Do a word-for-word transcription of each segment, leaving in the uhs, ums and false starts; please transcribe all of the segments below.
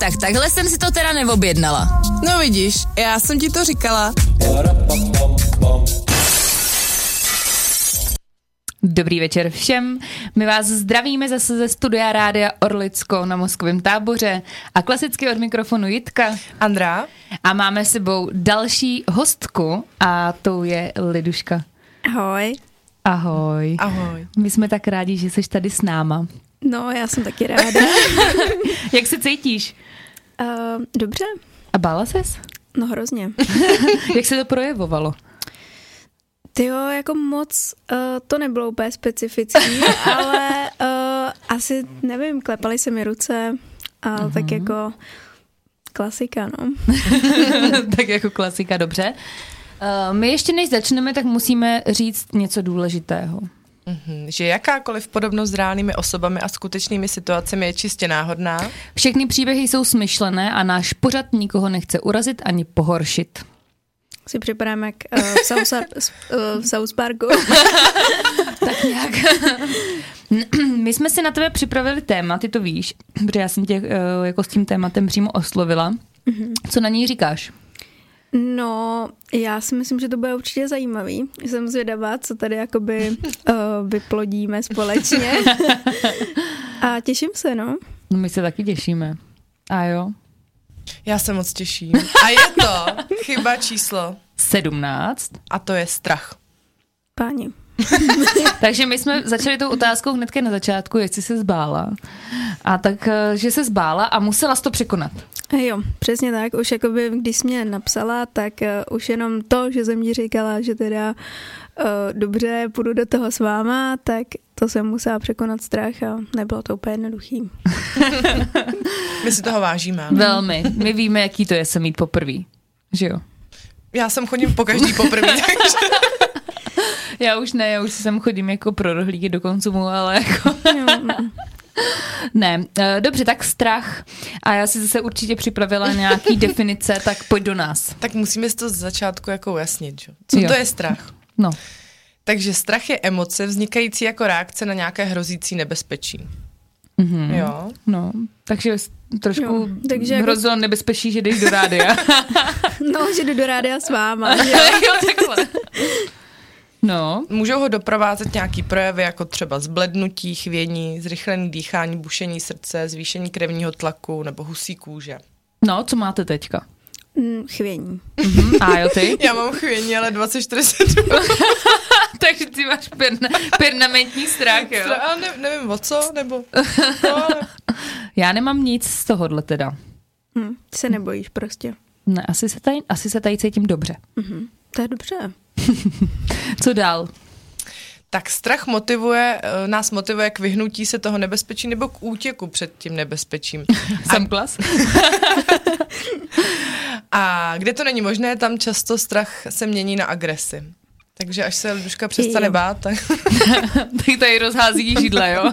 tak takhle jsem si to teda neobjednala. No vidíš, já jsem ti to říkala. Dobrý večer všem, my vás zdravíme zase ze studia Rádia Orlicko na Mozkovém Táboře a klasicky od mikrofonu Jitka. Andrá. A máme s sebou další hostku a tou je Liduška. Ahoj. Ahoj. Ahoj. My jsme tak rádi, že jsi tady s náma. No, já jsem taky ráda. Jak se cítíš? Uh, dobře. A bála ses? No hrozně. Jak se to projevovalo? Tyjo, jako moc uh, to nebylo úplně specifický, ale uh, asi, nevím, klepaly se mi ruce a uh-huh. tak jako klasika, no. Tak jako klasika, dobře. Uh, my ještě než začneme, tak musíme říct něco důležitého. Mm-hmm, že jakákoliv podobnost s reálnými osobami a skutečnými situacemi je čistě náhodná. Všechny příběhy jsou smyšlené a náš pořad nikoho nechce urazit ani pohoršit. Si připadám jak uh, v, South, uh, v South Parku. Tak nějak. My jsme si na tebe připravili téma, ty to víš, protože já jsem tě uh, jako s tím tématem přímo oslovila. Mm-hmm. Co na něj říkáš? No, já si myslím, že to bude určitě zajímavý. Jsem zvědavá, co tady jakoby uh, vyplodíme společně. A těším se, no. No my se taky těšíme. A jo? Já se moc těším. A je to chyba číslo sedmnáct. A to je strach. Páni. Takže my jsme začali tou otázkou hnedka na začátku, jestli se zbála. A tak, že se zbála a musela jsi to překonat. Jo, přesně tak. Už jakoby, když jsi mě napsala, tak uh, už jenom to, že jsem ti říkala, že teda uh, dobře, půjdu do toho s váma, tak to jsem musela překonat strach a nebylo to úplně jednoduchý. My si toho vážíme. Velmi. My víme, jaký to je se mít poprvý. Že jo? Já sem chodím po každý poprvý, takže... Já už ne, já už sem chodím jako pro rohlíky do konzumu, ale jako... Ne, dobře, tak strach. A já si zase určitě připravila nějaký definice, tak pojď do nás. Tak musíme si to z začátku jako ujasnit, že? Co jo. To je strach? No. Takže strach je emoce vznikající jako reakce na nějaké hrozící nebezpečí. Mm-hmm. Jo. No, takže trošku jo, takže hrozilo jako... nebezpečí, že jdeš do rádia. No, že jdu do rádia s váma. Že? Jo, takhle. No. Můžou ho doprovázet nějaký projevy, jako třeba zblednutí, chvění, zrychlené dýchání, bušení srdce, zvýšení krevního tlaku nebo husí kůže. No, co máte teďka? Mm, chvění. Mm-hmm. A jo, ty? Já mám chvění, ale dvacet čtyři sedm. Takže ty máš perna, permanentní strach, jo? Ale ne, nevím o co, nebo... No. Já nemám nic z tohohle teda. Hm, se nebojíš prostě. Ne, asi se tady, asi se tady cítím dobře. Mm-hmm. To je dobře. Co dál? Tak strach motivuje, nás motivuje k vyhnutí se toho nebezpečí nebo k útěku před tím nebezpečím. Jsem klas? A kde to není možné, tam často strach se mění na agresi. Takže až se Liduška přestane bát, tak... tak tady rozhází židle, jo?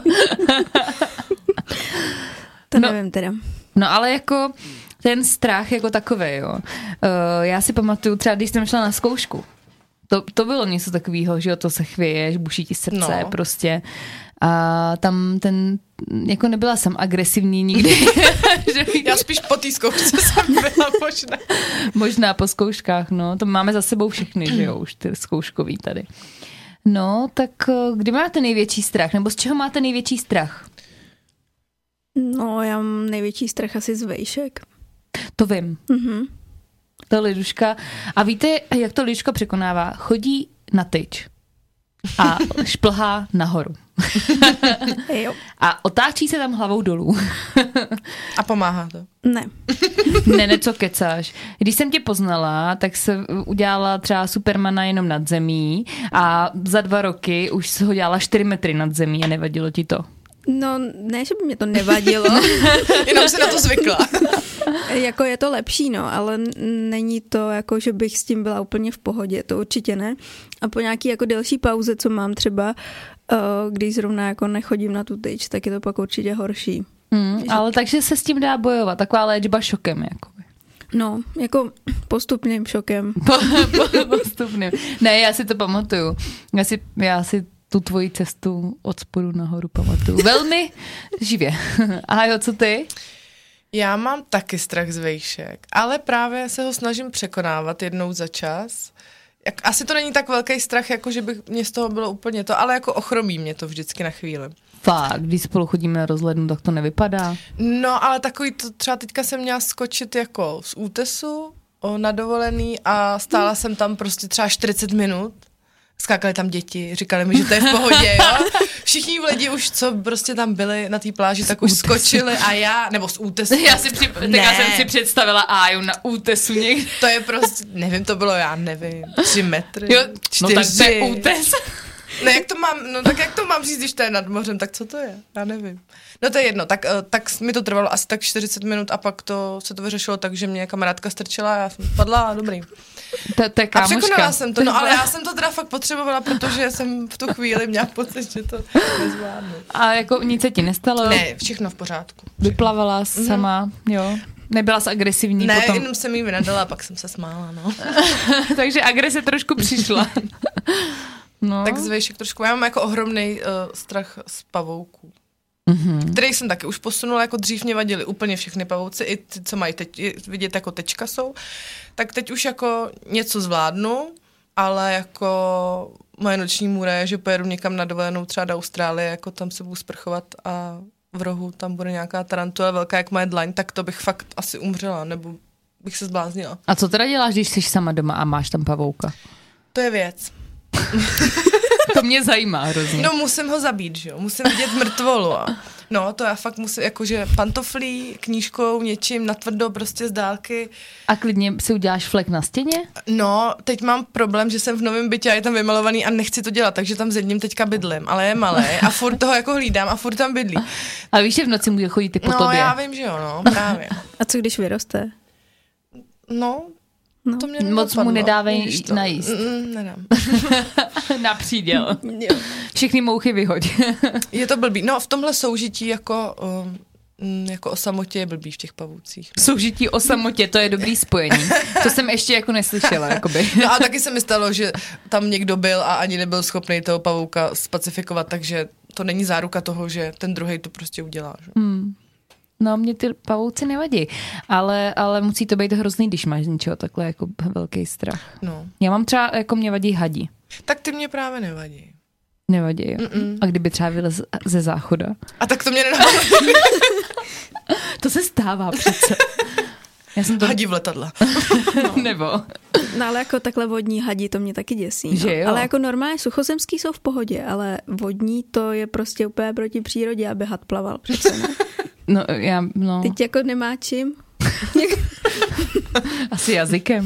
To no, nevím teda. No ale jako ten strach jako takovej, jo. Uh, já si pamatuju třeba, když jsem šla na zkoušku. To, to bylo něco takového, že jo, to se chvěješ, buší ti srdce, no. prostě. A tam ten, jako nebyla jsem agresivní nikdy. Já spíš po té zkoušce jsem byla možná. Možná po zkouškách, no. To máme za sebou všechny, že jo, už ty zkouškový tady. No, tak kdy máte největší strach? Nebo z čeho máte největší strach? No, já mám největší strach asi z vejšek. To vím. Mhm. To Liduška. A víte, jak to Liduška překonává? Chodí na tyč a šplhá nahoru. Jo. A otáčí se tam hlavou dolů. A pomáhá to? Ne. Ne, ne, co kecáš. Když jsem tě poznala, tak se udělala třeba Supermana jenom nad zemí a za dva roky už se ho dělala čtyři metry nad zemí a nevadilo ti to. No, ne, že by mě to nevadilo. Jenom se na to zvykla. Jako je to lepší, no, ale není to jako, že bych s tím byla úplně v pohodě, to určitě ne. A po nějaký jako delší pauze, co mám třeba, když zrovna jako nechodím na tu tyč, tak je to pak určitě horší. Hmm, že... Ale takže se s tím dá bojovat, taková léčba šokem, jakoby. No, jako postupným šokem. Po, po, postupným. Ne, já si to pamatuju. Já si, já si tu tvoji cestu od spodu nahoru pamatuju. Velmi živě. A jo, co ty? Já mám taky strach z vejšek, ale právě se ho snažím překonávat jednou za čas. Jak, asi to není tak velký strach, jako že by mě z toho bylo úplně to, ale jako ochromí mě to vždycky na chvíli. Fakt, když spolu chodíme na rozhlednu, tak to nevypadá. No, ale takový to, třeba teďka jsem měla skočit jako z útesu o, na dovolený a stála hmm. jsem tam prostě třeba čtyřicet minut. Skákali tam děti, říkali mi, že to je v pohodě, jo. Všichni lidi už, co prostě tam byli na té pláži, tak už útesu. Skočili a já, nebo z útesu. Já, si při, já jsem si představila Áju na útesu někde. To je prostě, nevím, to bylo, já nevím, tři metry, jo, čtyři. No tak to je útes. No jak to mám, no tak jak to mám říct, když to je nad mořem, tak co to je? Já nevím. No to je jedno, tak, tak mi to trvalo asi tak čtyřicet minut a pak to se to vyřešilo tak, že mě kamarádka strčila a já jsem padla a dobrý. To, to je a překonala jsem to, no ale já jsem to teda fakt potřebovala, protože jsem v tu chvíli měla pocit, že to nezvládnu. A jako nic se ti nestalo? Ne, všechno v pořádku. Vyplavala jsi sama, jo? Nebyla jsi agresivní ne, potom? Ne, jenom jsem jí vynadala a pak jsem se smála, no. Takže agrese trošku přišla. No. Tak z vejšek trošku. Já mám jako ohromný uh, strach z pavouků. Mm-hmm. Který jsem taky už posunula, jako dřív mě vadily úplně všechny pavouci, i ty, co mají teď, vidět jako tečka jsou. Tak teď už jako něco zvládnu, ale jako moje noční můra je, že pojedu někam na dovolenou třeba do Austrálie, jako tam se budu sprchovat a v rohu tam bude nějaká tarantula velká jak moje dlaň, tak to bych fakt asi umřela, nebo bych se zbláznila. A co teda děláš, když jsi sama doma a máš tam pavouka? To je věc. To mě zajímá hrozně. No musím ho zabít, že jo, musím vidět mrtvolu. A no to já fakt musím, jakože pantoflí, knížkou, něčím natvrdo, prostě z dálky. A klidně si uděláš flek na stěně? No, teď mám problém, že jsem v novém bytě a je tam vymalovaný a nechci to dělat, takže tam s jedním teďka bydlím, ale je malý a furt toho jako hlídám a furt tam bydlí. A víš, že v noci může chodit i po no, tobě. No já vím, že jo, no, právě. A co když vyroste? No, No. To mě moc mu nedávej to... najíst. Mm, nedám. Na příděl. Všechny mouchy vyhoď. Je to blbý. No v tomhle soužití jako, um, jako o samotě je blbý v těch pavoucích. No. Soužití o samotě, to je dobrý spojení. To jsem ještě jako neslyšela. Jakoby. No a taky se mi stalo, že tam někdo byl a ani nebyl schopný toho pavouka spacifikovat, takže to není záruka toho, že ten druhej to prostě udělá. Že? Hmm. No, mě ty pavouci nevadí, ale, ale musí to být hrozný, když máš z ničeho takhle jako velký strach. No. Já mám třeba, jako mě vadí hadi. Tak ty mě právě nevadí. Nevadí, jo? Mm-mm. A kdyby třeba vylez ze záchoda? A tak to mě nenavadí. To se stává přece. Já jsem to... Hadi v letadle. No. Nebo. No ale jako takhle vodní hadi, to mě taky děsí. No. Že jo? Ale jako normálně suchozemský jsou v pohodě, ale vodní to je prostě úplně proti přírodě, aby had plaval přece, ne? No, já, no. Teď jako nemá čím. Asi jazykem.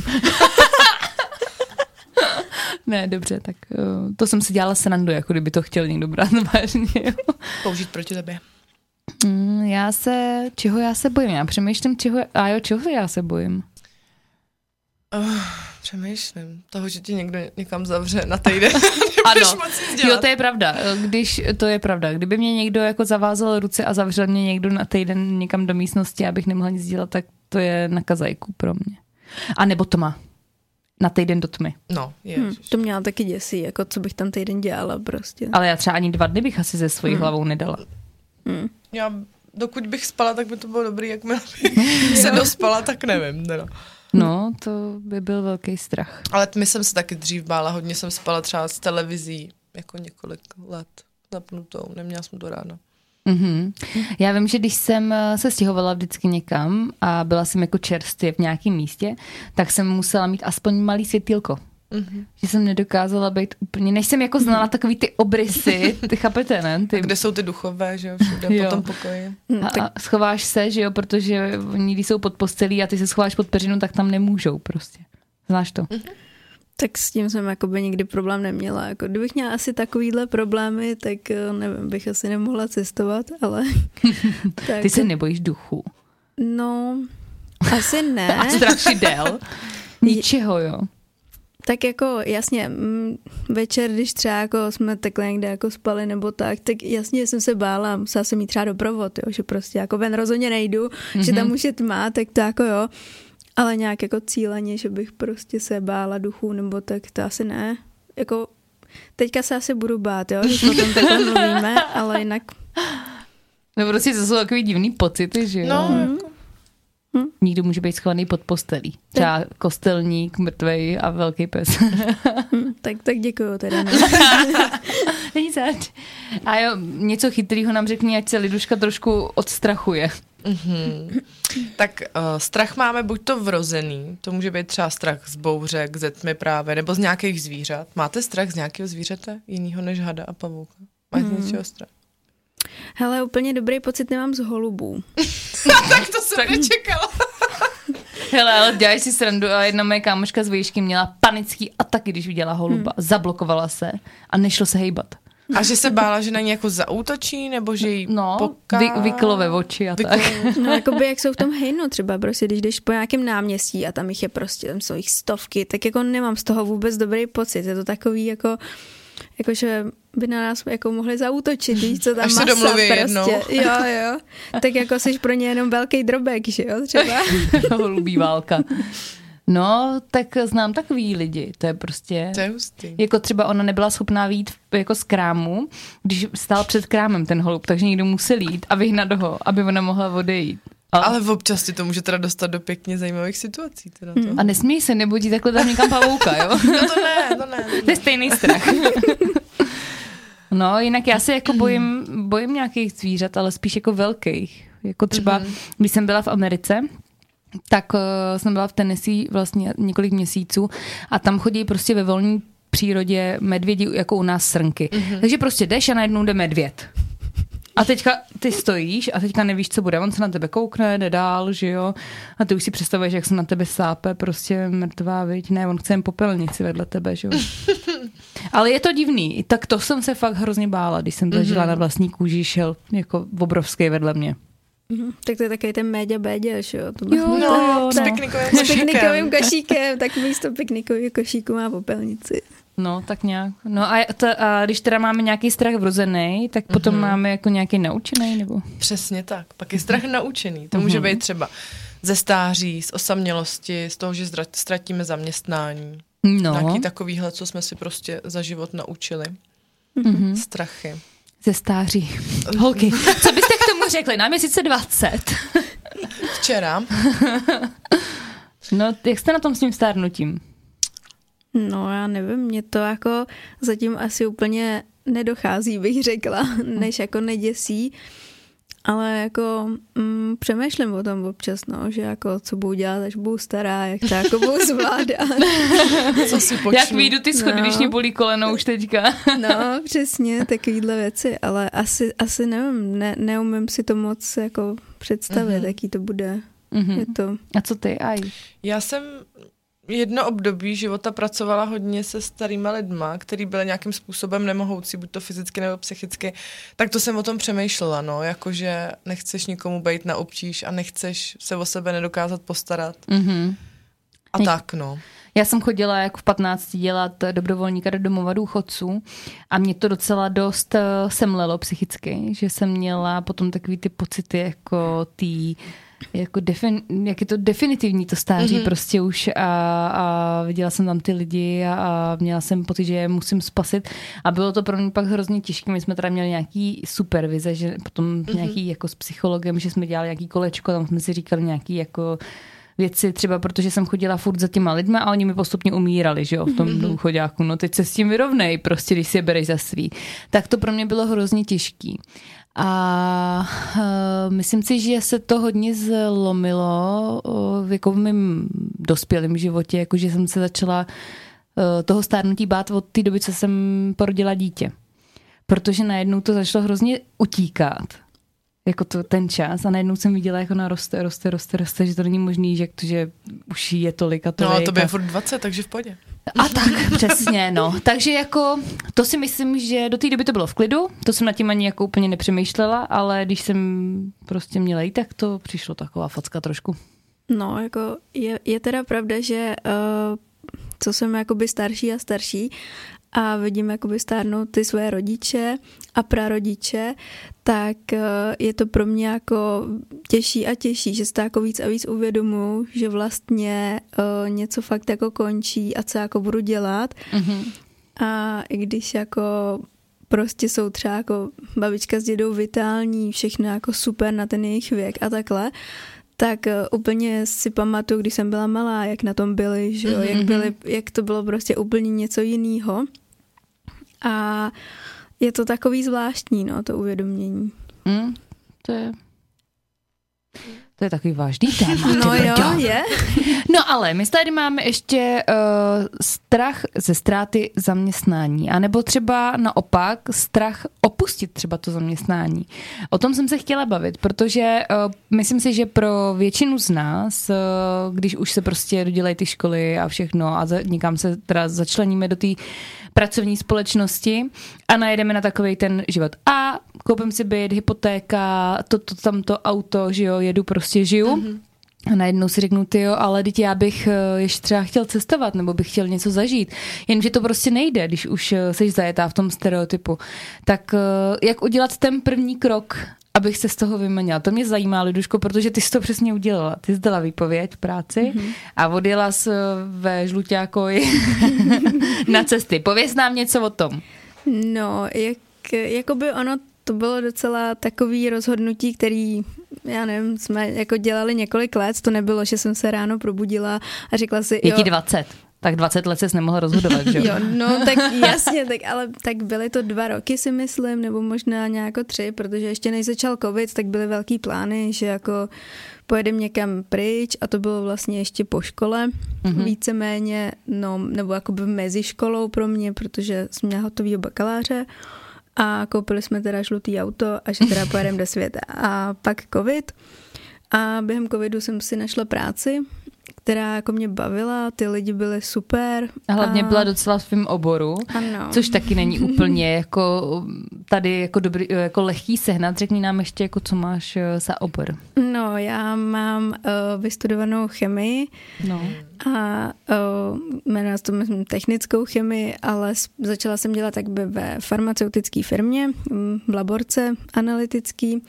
Ne, dobře, tak to jsem si dělala srandu, jako kdyby to chtěl někdo brát vážně. Jo. Použít proti tobě. Mm, já se, čeho já se bojím? Já přemýšlím, čeho, a jo, čeho já se bojím? Uh, přemýšlím. Toho, že ti někdo někam zavře na týden. Ano, jo, to je pravda. Když, to je pravda. Kdyby mě někdo jako zavázal ruce a zavřel mě někdo na týden někam do místnosti, abych nemohla nic dělat, tak to je na kazajku pro mě. A nebo tma. Na týden do tmy. No, hmm, to mě taky děsí, jako co bych tam týden dělala prostě. Ale já třeba ani dva dny bych asi ze svojí hmm. hlavou nedala. Hmm. Já, dokud bych spala, tak by to bylo dobrý, jakmile bych se dospala, tak nevím. Teda. No, to by byl velký strach. Ale my jsem se taky dřív bála, hodně jsem spala třeba s televizí, jako několik let zapnutou, neměla jsem to ráda. Mm-hmm. Já vím, že když jsem se stěhovala vždycky někam a byla jsem jako čerstvě v nějakém místě, tak jsem musela mít aspoň malý světýlko. Mm-hmm. Že jsem nedokázala být úplně, než jsem jako znala takový ty obrysy, ty chápete, ne? Ty... Kde jsou ty duchové, že jo, všude jo. Po tom pokoji. A, a schováš se, že jo, protože oni, když jsou pod postelí a ty se schováš pod peřinu, tak tam nemůžou prostě. Znáš to? Mm-hmm. Tak s tím jsem jakoby nikdy problém neměla. Jako, kdybych měla asi takovýhle problémy, tak nevím, bych asi nemohla cestovat, ale... tak... Ty se nebojíš duchu? No, asi ne. A strašidel? Ničeho, jo? Tak jako jasně, večer, když třeba jako jsme takhle někde jako spali nebo tak, tak jasně jsem se bála, musela jsem mít třeba doprovod, jo, že prostě jako ven rozhodně nejdu, mm-hmm. že tam už je tma, tak to jako jo. Ale nějak jako cíleně, že bych prostě se bála duchů, nebo tak to asi ne. Jako teďka se asi budu bát, jo, že o tom takhle mluvíme, ale jinak... No prostě to jsou takový divný pocity, že jo? No, jako... Hmm. Nikdo může být schovaný pod postelí. Třeba kostelník, mrtvej a velký pes. Hmm, tak, tak děkuju teda. Není zač. A jo, něco chytrýho nám řekni, ať se Liduška trošku odstrachuje. Mm-hmm. Tak uh, strach máme buď to vrozený, to může být třeba strach z bouřek, ze tmy právě, nebo z nějakých zvířat. Máte strach z nějakého zvířete jinýho než hada a pavouka? Máte mm. něčeho strach? Hele, úplně dobrý pocit nemám z holubů. Tak to jsem nečekala. Hele, ale děláš si srandu a jedna moje kámoška z výšky měla panický ataky, když viděla holuba. Hmm. Zablokovala se a nešlo se hejbat. A že se bála, že na ní jako zaútočí, nebo že jí no, poká... vy, vyklo ve oči a vyklo. Tak. No, jakoby jak jsou v tom hejnu třeba, prostě, když jdeš po nějakém náměstí a tam jich je prostě, tam jsou jich stovky, tak jako nemám z toho vůbec dobrý pocit. Je to takový jako, jakože by na nás jako mohli zaútočit, víš, co tam až masa se domluví prostě. jednou. Jo, jo. Tak jako jsi pro ně jenom velký drobek, že jo, třeba. Holubí válka. No, tak znám takový lidi, to je prostě... To je hustý. Jako třeba ona nebyla schopná vyjít jako z krámu, když stál před krámem ten holub, takže někdo musel jít a vyhnat ho, aby ona mohla odejít. Ale, ale občas ti to může teda dostat do pěkně zajímavých situací. Teda to. Hmm. A nesměj se, nebo ti takhle tam někam pavouka, jo? No to ne, to ne. To, ne. To je stejný strach. No, jinak já se jako bojím, bojím nějakých zvířat, ale spíš jako velkých. Jako třeba, mm-hmm. když jsem byla v Americe, tak uh, jsem byla v Tennessee vlastně několik měsíců a tam chodí prostě ve volné přírodě medvědi jako u nás srnky. Mm-hmm. Takže prostě jdeš a najednou jde medvěd. A teďka ty stojíš a teďka nevíš, co bude. On se na tebe koukne, jde dál, že jo. A ty už si představuješ, jak se na tebe sápe, prostě mrtvá, viď. Ne, on chce jen popelnici vedle tebe, že jo. Ale je to divný. Tak to jsem se fakt hrozně bála, když jsem zažila mm-hmm. na vlastní kůži, šel jako obrovský vedle mě. Mm-hmm. Tak to je takový ten méďa béďa, že jo? To jo, no, no, s piknikovým košíkem. S piknikovým košíkem, tak místo piknikového košíku má popelnici. No, tak nějak. No a, to, a když teda máme nějaký strach vrozený, tak potom mm-hmm. máme jako nějaký naučený, nebo? Přesně tak. Pak je strach naučený. To mm-hmm. může být třeba ze stáří, z osamělosti, z toho, že ztratíme zaměstnání. No. Nějaký takovýhle, co jsme si prostě za život naučili. Mm-hmm. Strachy. Ze stáří. Holky, co byste k tomu řekli? Nám je sice dvacet. Včera. No, jak jste na tom s tím stárnutím? No, já nevím, mě to jako zatím asi úplně nedochází, bych řekla, než jako neděsí, ale jako mm, přemýšlím o tom občas, no, že jako co budu dělat, až budu stará, jak to jako budu zvládat. Co si počnu. Jak vyjdu ty schody, no. Když mě bolí koleno už teďka. No, přesně, takovýhle věci, ale asi, asi nevím, ne, neumím si to moc jako představit, mm-hmm. jaký to bude. Mm-hmm. Je to... A co ty, Aj? Já jsem jedno období života pracovala hodně se starýma lidma, který byli nějakým způsobem nemohoucí, buď to fyzicky nebo psychicky, tak to jsem o tom přemýšlela, no, jakože nechceš nikomu bejt na obtíž a nechceš se o sebe nedokázat postarat. Mm-hmm. A Něk- tak, no. Já jsem chodila jako v patnácti dělat dobrovolníka do domova důchodců a mě to docela dost semlelo psychicky, že jsem měla potom takový ty pocity jako tý jako defin, jak je to definitivní to stáří mm-hmm. prostě už a, a viděla jsem tam ty lidi a, a měla jsem pocit, že je musím spasit a bylo to pro mě pak hrozně těžké. My jsme teda měli nějaký supervize, že potom mm-hmm. nějaký jako s psychologem, že jsme dělali nějaký kolečko, tam jsme si říkali nějaký jako věci, třeba protože jsem chodila furt za těma lidma a oni mi postupně umírali, že jo, v tom mm-hmm. důchodáku. No teď se s tím vyrovnej, prostě, když si je bereš za svý. Tak to pro mě bylo hrozně těžký. A uh, myslím si, že se to hodně zlomilo uh, jako v mém dospělém životě, jakože jsem se začala uh, toho stárnutí bát od té doby, co jsem porodila dítě. Protože najednou to začalo hrozně utíkat. Jako to, ten čas a najednou jsem viděla, jak ona roste, roste, roste, roste, že to není možný, že, že už je tolik a tolik. No a to by je furt dvacet, takže v pohodě. A tak, přesně, no. Takže jako, to si myslím, že do té doby to bylo v klidu, to jsem nad tím ani jako úplně nepřemýšlela, ale když jsem prostě měla jít, tak to přišlo taková facka trošku. No, jako je, je teda pravda, že uh, co jsem jakoby starší a starší a vidím jakoby stárnout ty svoje rodiče a prarodiče, tak uh, je to pro mě jako těžší a těžší, že se to jako víc a víc uvědomuji, že vlastně uh, něco fakt jako končí a co jako budu dělat. Mm-hmm. A i když jako prostě jsou třeba jako babička s dědou vitální, všechno jako super na ten jejich věk a takhle, tak uh, úplně si pamatuju, když jsem byla malá, jak na tom byli, že jo, jak, byli, jak to bylo prostě úplně něco jiného. A je to takový zvláštní, no, to uvědomění. Mm, to je... To je takový vážný téma. No jo, je. No ale my tady máme ještě uh, strach ze ztráty zaměstnání, anebo třeba naopak strach opustit třeba to zaměstnání. O tom jsem se chtěla bavit, protože uh, myslím si, že pro většinu z nás, uh, když už se prostě dodělají ty školy a všechno a za, někam se teda začleníme do té pracovní společnosti a najedeme na takovej ten život. A koupím si byt, hypotéka, to, to, tamto auto, že jo, jedu, prostě žiju. Mm-hmm. A najednou si řeknu, tyjo, ale teď já bych ještě třeba chtěl cestovat, nebo bych chtěl něco zažít. Jenže to prostě nejde, když už jsi zajetá v tom stereotypu. Tak jak udělat ten první krok, abych se z toho vymanila? To mě zajímá, Liduško, protože ty jsi to přesně udělala. Ty jsi dala výpověď v práci mm-hmm. a odjela jsi ve žluťákovi na cesty. Pověz nám něco o tom. No, jak, jakoby ono to bylo docela takový rozhodnutí, který, já nevím, jsme jako dělali několik let, to nebylo, že jsem se ráno probudila a řekla si, je ti dvacet. Tak dvacet let ses nemohla rozhodovat, že jo? Jo, no tak jasně, tak, ale tak byly to dva roky, si myslím, nebo možná nějako tři, protože ještě než začal covid, tak byly velký plány, že jako pojedeme někam pryč a to bylo vlastně ještě po škole, mm-hmm. víceméně, no, nebo jakoby mezi školou pro mě, protože jsem měla hotovýho bakaláře a koupili jsme teda žlutý auto a že teda pojedeme do světa. A pak covid a během covidu jsem si našla práci, která jako mě bavila, ty lidi byli super. A hlavně a... byla docela v svém oboru, ano. Což taky není úplně jako tady jako, dobrý, jako lehký sehnat. Řekni nám ještě, jako, co máš za obor. No, já mám uh, vystudovanou chemii no. a uh, jmenuji to myslím, technickou chemii, ale začala jsem dělat takby ve farmaceutické firmě, v laborce analytický.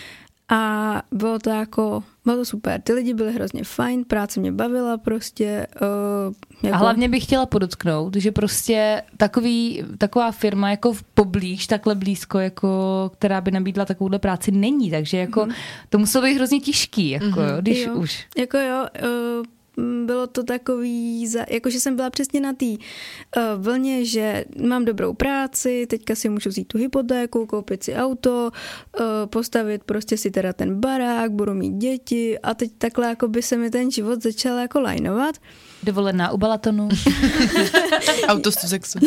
A bylo to jako, bylo to super. Ty lidi byli hrozně fajn, práce mě bavila prostě. Uh, jako... A hlavně bych chtěla podotknout, že prostě takový, taková firma jako v poblíž, takhle blízko, jako, která by nabídla takovouhle práci, není. Takže jako mm-hmm. to muselo být hrozně těžký, jako, mm-hmm. jo, když jo. už. Jako jo, uh, bylo to takový, jakože jsem byla přesně na té uh, vlně, že mám dobrou práci, teďka si můžu vzít tu hypotéku, koupit si auto, uh, postavit prostě si teda ten barák, budu mít děti a teď takhle jako by se mi ten život začal jako lajnovat. Dovolená u Balatonu. Auto z sexu.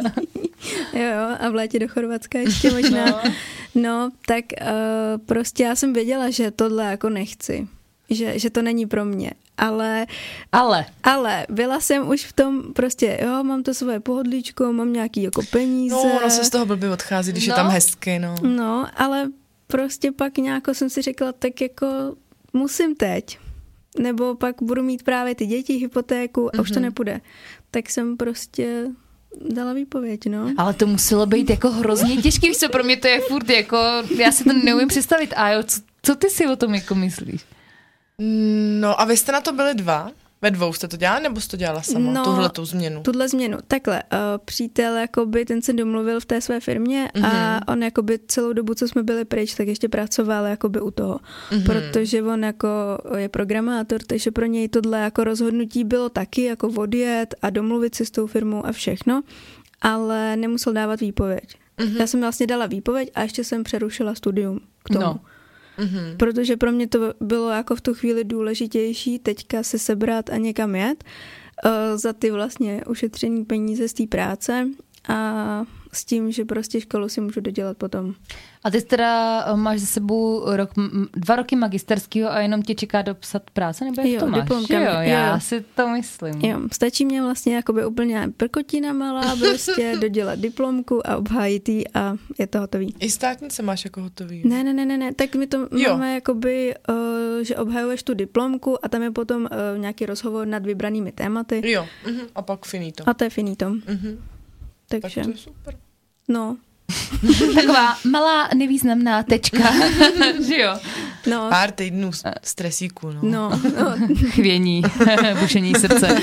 Jo, jo, a v létě do Chorvatska ještě možná. No, no tak uh, prostě já jsem věděla, že tohle jako nechci. Že, že to není pro mě, ale, ale ale byla jsem už v tom prostě, jo, mám to svoje pohodlíčko, mám nějaký jako peníze. No, ono se z toho blbě odchází, když no. je tam hezky, no. No, ale prostě pak nějako jsem si řekla, tak jako musím teď, nebo pak budu mít právě ty děti, hypotéku a mm-hmm. už to nepůjde. Tak jsem prostě dala výpověď, no. Ale to muselo být jako hrozně těžký, víš co, pro mě to je furt jako, já si to neumím představit. A jo, co, co ty si o tom jako myslíš? No a vy jste na to byli dva? Ve dvou jste to dělala, nebo jste to dělala sama? No, tuhle tu změnu. Tuhle změnu. Takhle, uh, přítel, jakoby, ten se domluvil v té své firmě mm-hmm. a on jakoby celou dobu, co jsme byli pryč, tak ještě pracoval jakoby u toho. Mm-hmm. Protože on jako je programátor, takže pro něj tohle jako rozhodnutí bylo taky jako odjet a domluvit se s tou firmou a všechno, ale nemusel dávat výpověď. Mm-hmm. Já jsem vlastně dala výpověď a ještě jsem přerušila studium k tomu. No. Mm-hmm. Protože pro mě to bylo jako v tu chvíli důležitější teďka se sebrat a někam jet uh, za ty vlastně ušetřený peníze z té práce a s tím, že prostě školu si můžu dodělat potom. A ty teda máš za sebou rok, dva roky magisterského a jenom tě čeká dopsat práce, nebo jak jo, to máš? Diplomka, jo, já jo. si to myslím. Jo, stačí mě vlastně jakoby úplně prkotina malá, prostě dodělat diplomku a obhájit jí a je to hotový. I státnice máš jako hotový? Ne, ne, ne, ne, ne. Tak my to jo. máme jakoby, uh, že obhajuješ tu diplomku a tam je potom uh, nějaký rozhovor nad vybranými tématy. Jo, uh-huh. a pak finito. A to je finito. Uh-huh. Takže. Tak to je super. No. Taková malá nevýznamná tečka, že jo? No. Pár týdnů stresíku, no. No. no. Chvění, bušení srdce.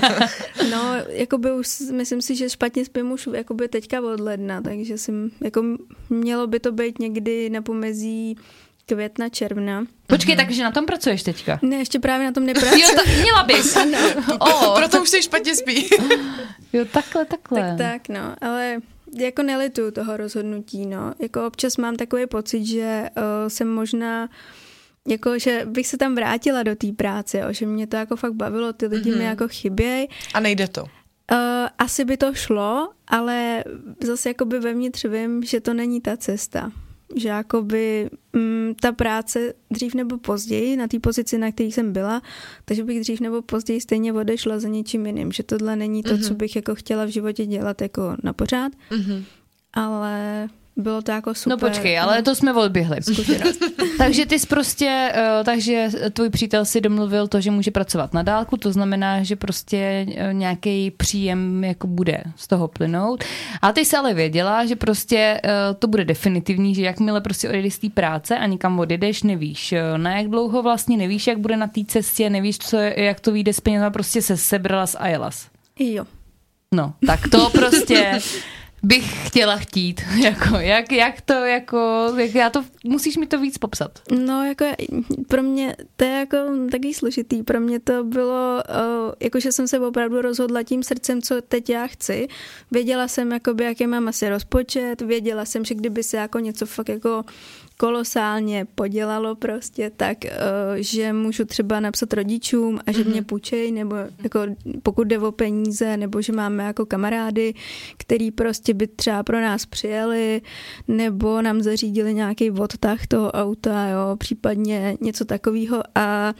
No, jakoby už myslím si, že špatně spím už jakoby teďka od ledna, takže jsem, jako mělo by to být někdy na pomezí května, června. Počkej, mm-hmm. takže na tom pracuješ teďka? Ne, ještě právě na tom nepracuji. Jo, to měla bys. oh. Proto už se špatně spí. Jo, takhle, takhle. Tak, tak, no, ale jako nelituju toho rozhodnutí, no. Jako občas mám takový pocit, že uh, jsem možná, jako, že bych se tam vrátila do té práce, jo, že mě to jako fakt bavilo, ty lidi mm-hmm. mi jako chyběj. A nejde to? Uh, asi by to šlo, ale zase jakoby vevnitř vím, že to není ta cesta. Že jakoby mm, ta práce dřív nebo později, na té pozici, na které jsem byla, takže bych dřív nebo později stejně odešla za něčím jiným. Že tohle není to, mm-hmm. co bych jako chtěla v životě dělat jako na pořád, mm-hmm. ale bylo to jako super. No počkej, ale to jsme odběhli. Takže ty jsi prostě, uh, takže tvůj přítel si domluvil to, že může pracovat na dálku, to znamená, že prostě uh, nějaký příjem jako bude z toho plynout. A ty jsi ale věděla, že prostě uh, to bude definitivní, že jakmile prostě odejdeš z té práce a nikam odjedeš, nevíš uh, na jak dlouho vlastně, nevíš, jak bude na té cestě, nevíš, co, jak to vyjde s penězma, prostě se sebralas a jelas. Jo. No, tak to prostě... bych chtěla chtít, jako, jak, jak to, jako, jak já to, musíš mi to víc popsat. No, jako pro mě, to je jako taky složitý, pro mě to bylo, uh, jako že jsem se opravdu rozhodla tím srdcem, co teď já chci. Věděla jsem, jakoby, jaký mám asi rozpočet, věděla jsem, že kdyby se jako něco fakt jako kolosálně podělalo prostě, tak uh, že můžu třeba napsat rodičům a že mě půjčej, nebo jako pokud jde o peníze, nebo že máme jako kamarády, který prostě by třeba pro nás přijeli, nebo nám zařídili nějaký odtah toho auta, jo, případně něco takového a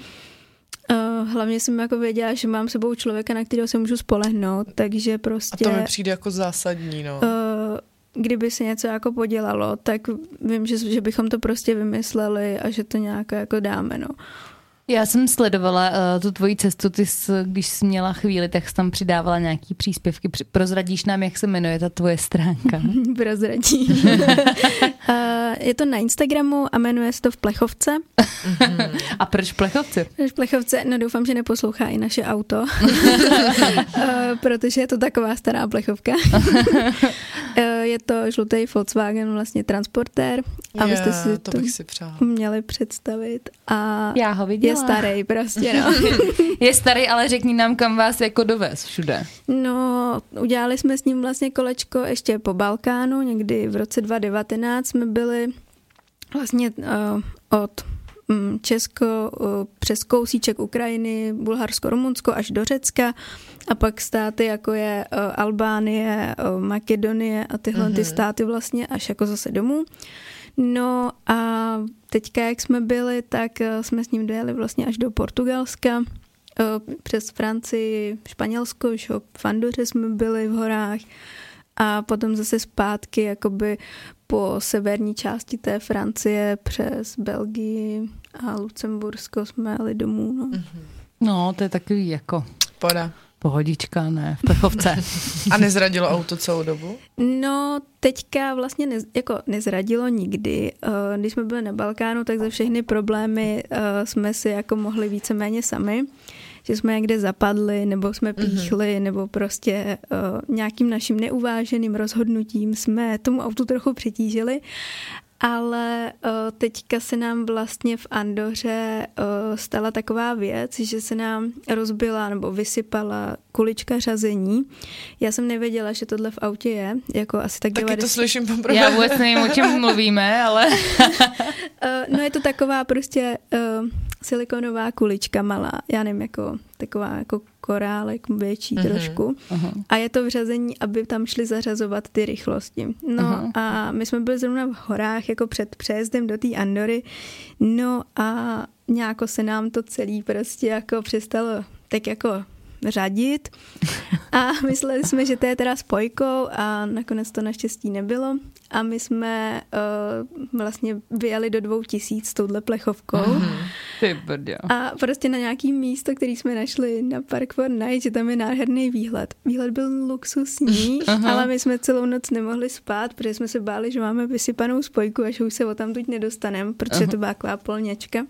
uh, hlavně jsem jako věděla, že mám sebou člověka, na kterého se můžu spolehnout, takže prostě... A to mi přijde jako zásadní, no. Uh, kdyby se něco jako podělalo, tak vím, že, že bychom to prostě vymysleli a že to nějak jako dáme, no. Já jsem sledovala uh, tu tvoji cestu, ty jsi, když jsi měla chvíli, tak jsi tam přidávala nějaký příspěvky. Prozradíš nám, jak se jmenuje ta tvoje stránka? Prozradím. uh, je to na Instagramu a jmenuje se to V Plechovce. A proč Plechovce? Proč Plechovce? No doufám, že neposlouchá i naše auto, uh, protože je to taková stará plechovka. uh, je to žlutý Volkswagen, vlastně transportér. A je, byste si to, to bych si přála. Měli představit. A já ho viděla. Je starý prostě, no. Je starý, ale řekni nám, kam vás jako dovez všude. No, udělali jsme s ním vlastně kolečko ještě po Balkánu, někdy v roce dva tisíce devatenáct jsme byli vlastně uh, od um, Česko uh, přes kousíček Ukrajiny, Bulharsko, Rumunsko až do Řecka a pak státy jako je uh, Albánie, uh, Makedonie a tyhle mm-hmm. ty státy vlastně až jako zase domů. No a teďka, jak jsme byli, tak jsme s ním dojeli vlastně až do Portugalska, přes Francii, Španělsko, že v Andoře jsme byli v horách a potom zase zpátky jakoby po severní části té Francie přes Belgii a Lucembursko jsme jeli domů. No, no to je takový jako... Poda. Pohodička, ne, v Plechovce. A nezradilo auto celou dobu? No, teďka vlastně ne, jako nezradilo nikdy. Když jsme byli na Balkánu, tak za všechny problémy jsme si jako mohli víceméně sami. Že jsme někde zapadli, nebo jsme píchli, mm-hmm. nebo prostě nějakým naším neuváženým rozhodnutím jsme tomu autu trochu přitížili. Ale uh, teďka se nám vlastně v Andoře uh, stala taková věc, že se nám rozbila nebo vysypala kulička řazení. Já jsem nevěděla, že tohle v autě je. Jako asi tak Taky devadesát... to slyším poprvé. Já vůbec nevím, o čem mluvíme, ale... uh, no je to taková prostě uh, silikonová kulička malá. Já nevím, jako taková jako korálek větší uh-huh. trošku. Uh-huh. A je to v řazení, aby tam šli zařazovat ty rychlosti. No uh-huh. a my jsme byli zrovna v horách jako před přejezdem do té Andory. No a nějako se nám to celý prostě jako přestalo tak jako řadit a mysleli jsme, že to je teda spojkou a nakonec to naštěstí nebylo a my jsme uh, vlastně vyjeli do dvou tisíc s touhle plechovkou mm-hmm. a prostě na nějaký místo, který jsme našli na Park for Night, že tam je nádherný výhled. Výhled byl luxusní, ale my jsme celou noc nemohli spát, protože jsme se báli, že máme vysypanou spojku a že už se o tam tuď nedostaneme, protože Aha. to byla taková polněčka.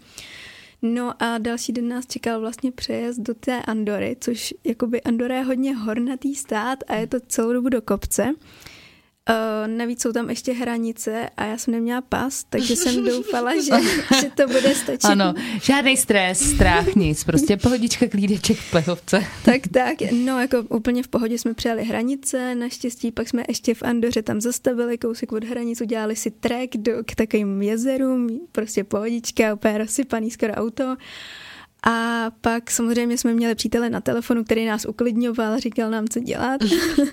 No a další den nás čekal vlastně přejezd do té Andory, což jakoby Andora je hodně hornatý stát a je to celou dobu do kopce. Uh, navíc jsou tam ještě hranice a já jsem neměla pas, takže jsem doufala, že, že to bude stačit. Ano, žádný stres, strach, nic, prostě pohodička, klídeček v plechovce. Tak, tak, no jako úplně v pohodě jsme přijali hranice, naštěstí pak jsme ještě v Andoře tam zastavili kousek od hranic, udělali si trek do, k takovým jezerům, prostě pohodička, úplně rozsypaný skoro auto. A pak samozřejmě jsme měli přítele na telefonu, který nás uklidňoval, říkal nám, co dělat. uh,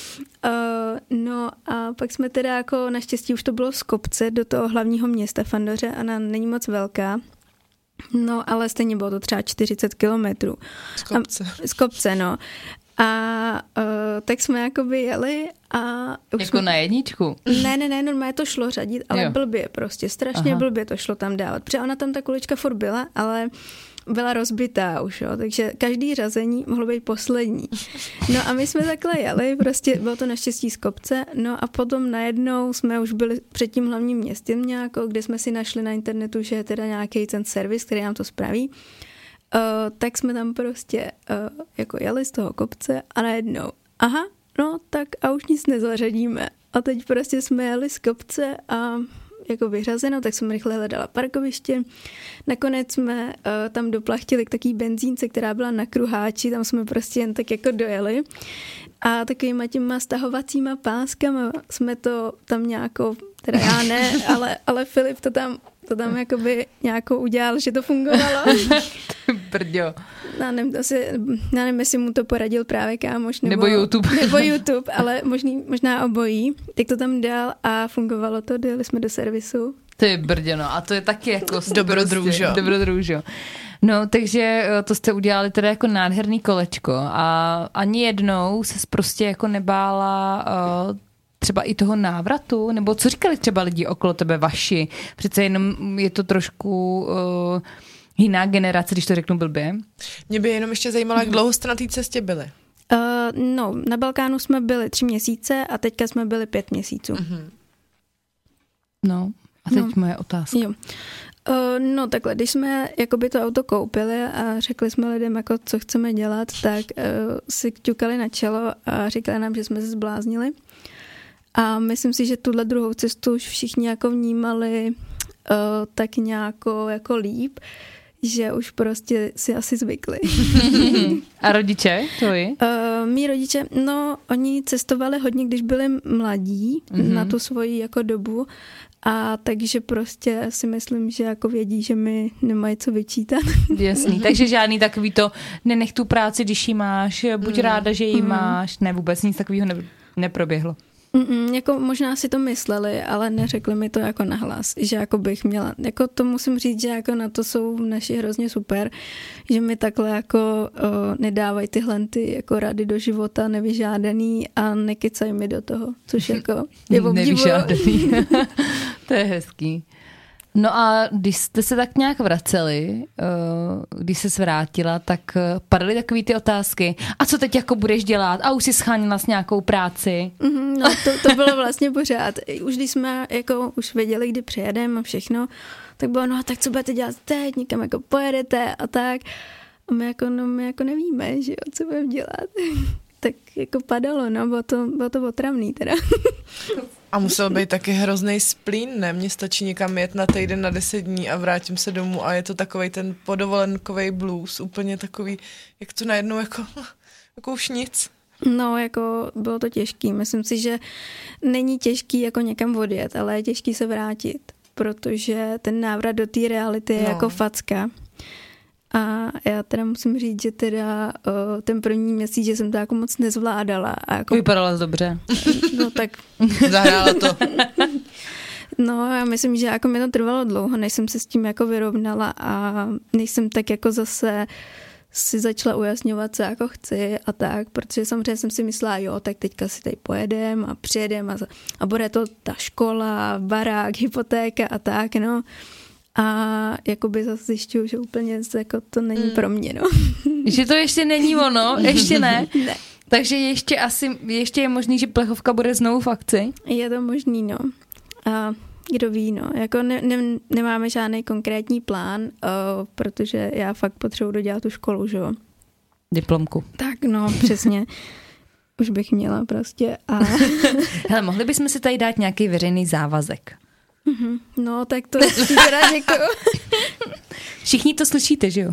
no a pak jsme teda jako naštěstí už to bylo z kopce do toho hlavního města v Andoře, ona není moc velká. No ale stejně bylo to třeba čtyřicet kilometrů. Z kopce. A, z kopce, no. A uh, tak jsme jakoby jeli a... Jako jsme... na jedničku? Ne, ne, ne, normálně to šlo řadit, ale jo. blbě prostě, strašně Aha. blbě to šlo tam dávat. Protože ona tam ta kulička furt byla, ale byla rozbitá už, jo, takže každý řazení mohlo být poslední. No a my jsme takhle jeli, prostě bylo to naštěstí z kopce, no a potom najednou jsme už byli před tím hlavním městem nějakou, kde jsme si našli na internetu, že je teda nějaký ten servis, který nám to spraví. Uh, tak jsme tam prostě uh, jako jeli z toho kopce a najednou, aha, no tak a už nic nezařadíme. A teď prostě jsme jeli z kopce a jako vyřazeno, tak jsem rychle hledala parkoviště. Nakonec jsme uh, tam doplachtili k taký benzínce, která byla na kruháči, tam jsme prostě jen tak jako dojeli. A takovýma těma stahovacíma páskama jsme to tam nějakou, teda já ne, ale, ale Filip to tam to tam jakoby nějakou udělal, že to fungovalo. Brďo. Já nevím, asi, já nevím, jestli mu to poradil právě kámoš. Nebo, nebo YouTube. Nebo YouTube, ale možný, možná obojí. Tak to tam dal a fungovalo to, dojeli jsme do servisu. Ty brďo, no a to je taky jako dobrodružo. Dobrodružo. No, takže to jste udělali teda jako nádherný kolečko a ani jednou ses prostě jako nebála uh, třeba i toho návratu, nebo co říkali třeba lidi okolo tebe, vaši? Přece jenom je to trošku uh, jiná generace, když to řeknu blbě. Mě by jenom ještě zajímalo, jak dlouho jste na té cestě byli? Uh, no, na Balkánu jsme byli tři měsíce a teďka jsme byli pět měsíců. Uh-huh. No, a teď no. moje otázka. Jo. Uh, no takhle, když jsme jakoby to auto koupili a řekli jsme lidem, jako, co chceme dělat, tak uh, si ťukali na čelo a říkali nám, že jsme se zbláznili. A myslím si, že tuhle druhou cestu už všichni jako vnímali uh, tak nějako jako líp, že už prostě si asi zvykli. A rodiče tvoji? Uh, mí rodiče, no oni cestovali hodně, když byli mladí mm-hmm. na tu svoji jako dobu. A takže prostě si myslím, že jako vědí, že mi nemají co vyčítat. Jasný, takže žádný takový to, nenech tu práci, když ji máš, buď mm. ráda, že ji mm. máš, ne, vůbec nic takového ne, neproběhlo. Mm-mm, jako možná si to mysleli, ale neřekli mi to jako nahlas, že jako bych měla, jako to musím říct, že jako na to jsou naši hrozně super, že mi takhle jako o, nedávají tyhle ty jako rady do života nevyžádaný a nekecají mi do toho, což jako je obdivuju. Nevyžádaný, to je hezký. No a když jste se tak nějak vraceli, když se vrátila, tak padaly takový ty otázky. A co teď jako budeš dělat? A už jsi schánila s nějakou práci? Mm, no to, to bylo vlastně pořád. Už když jsme jako už věděli, kdy přijedeme a všechno, tak bylo, no tak co budete dělat teď? Někam jako pojedete a tak. A my jako, no my jako nevíme, že jo, co budeme dělat. Tak jako padalo, no, bylo to, bylo to otravný teda. A musel být taky hrozný splín, ne? Mně stačí někam jet na týden, na deset dní a vrátím se domů a je to takovej ten podovolenkovej blues, úplně takový, jak to najednou jako, jako už nic. No, jako bylo to těžký. Myslím si, že není těžký jako někam odjet, ale je těžký se vrátit, protože ten návrat do té reality je no. jako facka. A já teda musím říct, že teda o, ten první měsíc, že jsem to jako moc nezvládala. A jako, vypadala jsi dobře. No tak. Zahrála to. No já myslím, že jako mi to trvalo dlouho, než jsem se s tím jako vyrovnala a než jsem tak jako zase si začala ujasňovat, co jako chci a tak, protože samozřejmě jsem si myslela, jo, tak teďka si tady pojedem a přijedem a, a bude to ta škola, barák, hypotéka a tak, no. A jakoby zase zjišťuju, že úplně jako to není mm. pro mě, no. Že to ještě není ono, ještě ne. Ne. Takže ještě asi, ještě je možný, že plechovka bude znovu v akci? Je to možný, no. A kdo ví, no. Jako ne, ne, nemáme žádný konkrétní plán, uh, protože já fakt potřebuji dodělat tu školu, že jo. Diplomku. Tak, no, přesně. už bych měla prostě. A... Hele, mohli bychom si tady dát nějaký veřejný závazek. Mm-hmm. No, tak to ti teda děkuju. Všichni to slyšíte, že jo?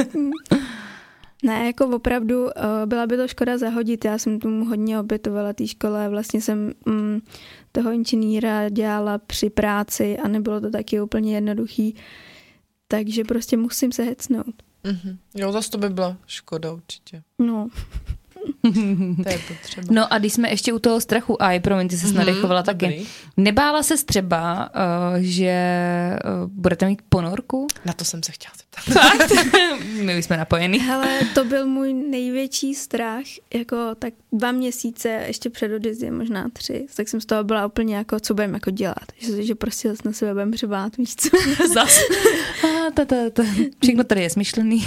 Ne, jako opravdu byla by to škoda zahodit. Já jsem tomu hodně obětovala té škole. Vlastně jsem mm, toho inženýra dělala při práci a nebylo to taky úplně jednoduchý. Takže prostě musím se hecnout. Mm-hmm. Jo, zase to by byla škoda určitě. No. To je potřeba. No a když jsme ještě u toho strachu, aj promiň, ty ses mm-hmm, nadechovala taky. Dobrý. Nebála ses třeba, uh, že uh, budete mít ponorku? Na to jsem se chtěla zeptat. My jsme napojení. Hele, to byl můj největší strach, jako tak dva měsíce, ještě před odjezdem, možná tři, tak jsem z toho byla úplně jako, co budem jako dělat, že, že prostě zase na sebe budem přebát, víš co? Zas. A, ta, ta, ta. Všechno tady je smyšlený.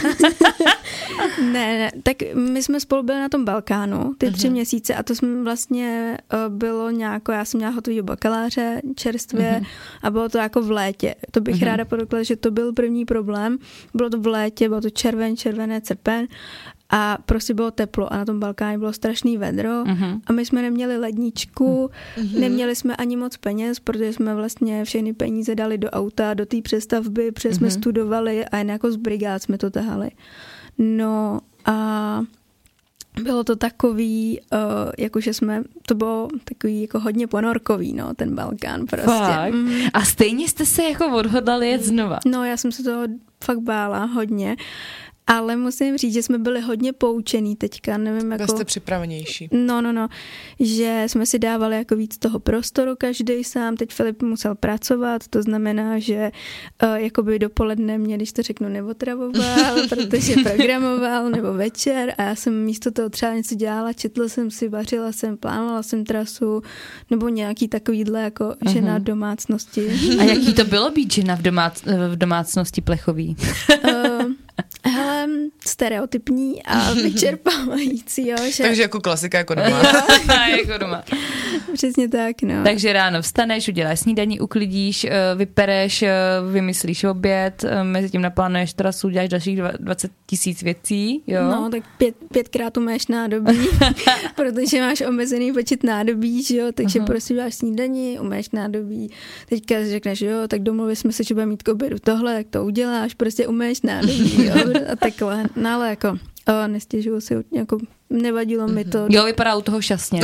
Ne, ne, tak my jsme spolu byli na tom Balkánu ty tři uh-huh. měsíce a to jsme vlastně uh, bylo nějako, já jsem měla hotový bakaláře čerstvě uh-huh. a bylo to jako v létě. To bych uh-huh. ráda podotkla, že to byl první problém. Bylo to v létě, bylo to červen, červené, srpen a prostě bylo teplo a na tom Balkáně bylo strašný vedro uh-huh. a my jsme neměli ledničku, uh-huh. neměli jsme ani moc peněz, protože jsme vlastně všechny peníze dali do auta, do té přestavby, protože uh-huh. jsme studovali a jen jako z brigád jsme to tahali. No a bylo to takový, uh, jakože jsme, to bylo takový jako hodně ponorkový, no, ten Balkán prostě. Fakt? Mm. A stejně jste se jako odhodlali jet znova. No, já jsem se toho fakt bála hodně. Ale musím říct, že jsme byli hodně poučený teďka, nevím jako... Jste připravenější. No, no, no, že jsme si dávali jako víc toho prostoru každý sám, teď Filip musel pracovat, to znamená, že uh, jakoby dopoledne mě, když to řeknu, neotravoval, protože programoval, nebo večer a já jsem místo toho třeba něco dělala, četla jsem si, vařila jsem, plánovala jsem trasu, nebo nějaký takovýhle jako uh-huh. žena v domácnosti. A jaký to bylo být žena v, domác- v domácnosti plechový? uh, hele, stereotypní a vyčerpávající, jo. Že... Takže jako klasika, jako doma. Jako doma. Přesně tak, no. Takže ráno vstaneš, uděláš snídaní, uklidíš, vypereš, vymyslíš oběd, mezi tím naplánuješ trasu, uděláš dalších dvacet tisíc věcí, jo. No, tak pět, pětkrát umyješ nádobí, protože máš omezený počet nádobí, že jo, takže uh-huh. prostě uděláš snídaní, umyješ nádobí, teďka řekneš, jo, tak domluvili jsme se, že budeme mít k obědu tohle, jak to uděláš, prostě umyješ nádobí, jo, a takhle, no ale jako, o, nestěžuju si, jako nevadilo mi to. Jo, vypadá u toho šťastně.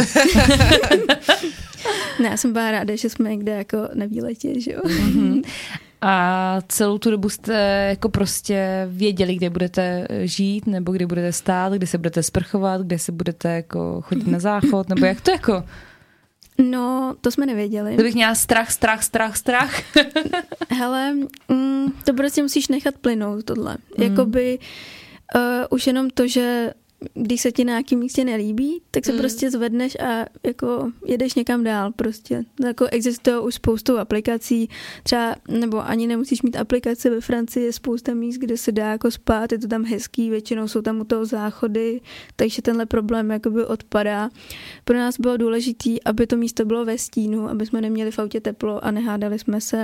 Ne, já jsem byla ráda, že jsme někde jako na výletě, že jo. Mm-hmm. A celou tu dobu jste jako prostě věděli, kde budete žít, nebo kde budete stát, kde se budete sprchovat, kde se budete jako chodit na záchod, nebo jak to jako... No, to jsme nevěděli. To bych měla strach, strach, strach, strach. Hele, mm, to prostě musíš nechat plynout tohle. Mm. Jakoby uh, už jenom to, že když se ti na nějakém místě nelíbí, tak se mm. prostě zvedneš a jako jedeš někam dál prostě. Jako existuje už spoustu aplikací, třeba, nebo ani nemusíš mít aplikace, ve Francii je spousta míst, kde se dá jako spát, je to tam hezký, většinou jsou tam u toho záchody, takže tenhle problém jakoby odpadá. Pro nás bylo důležitý, aby to místo bylo ve stínu, aby jsme neměli v autě teplo a nehádali jsme se.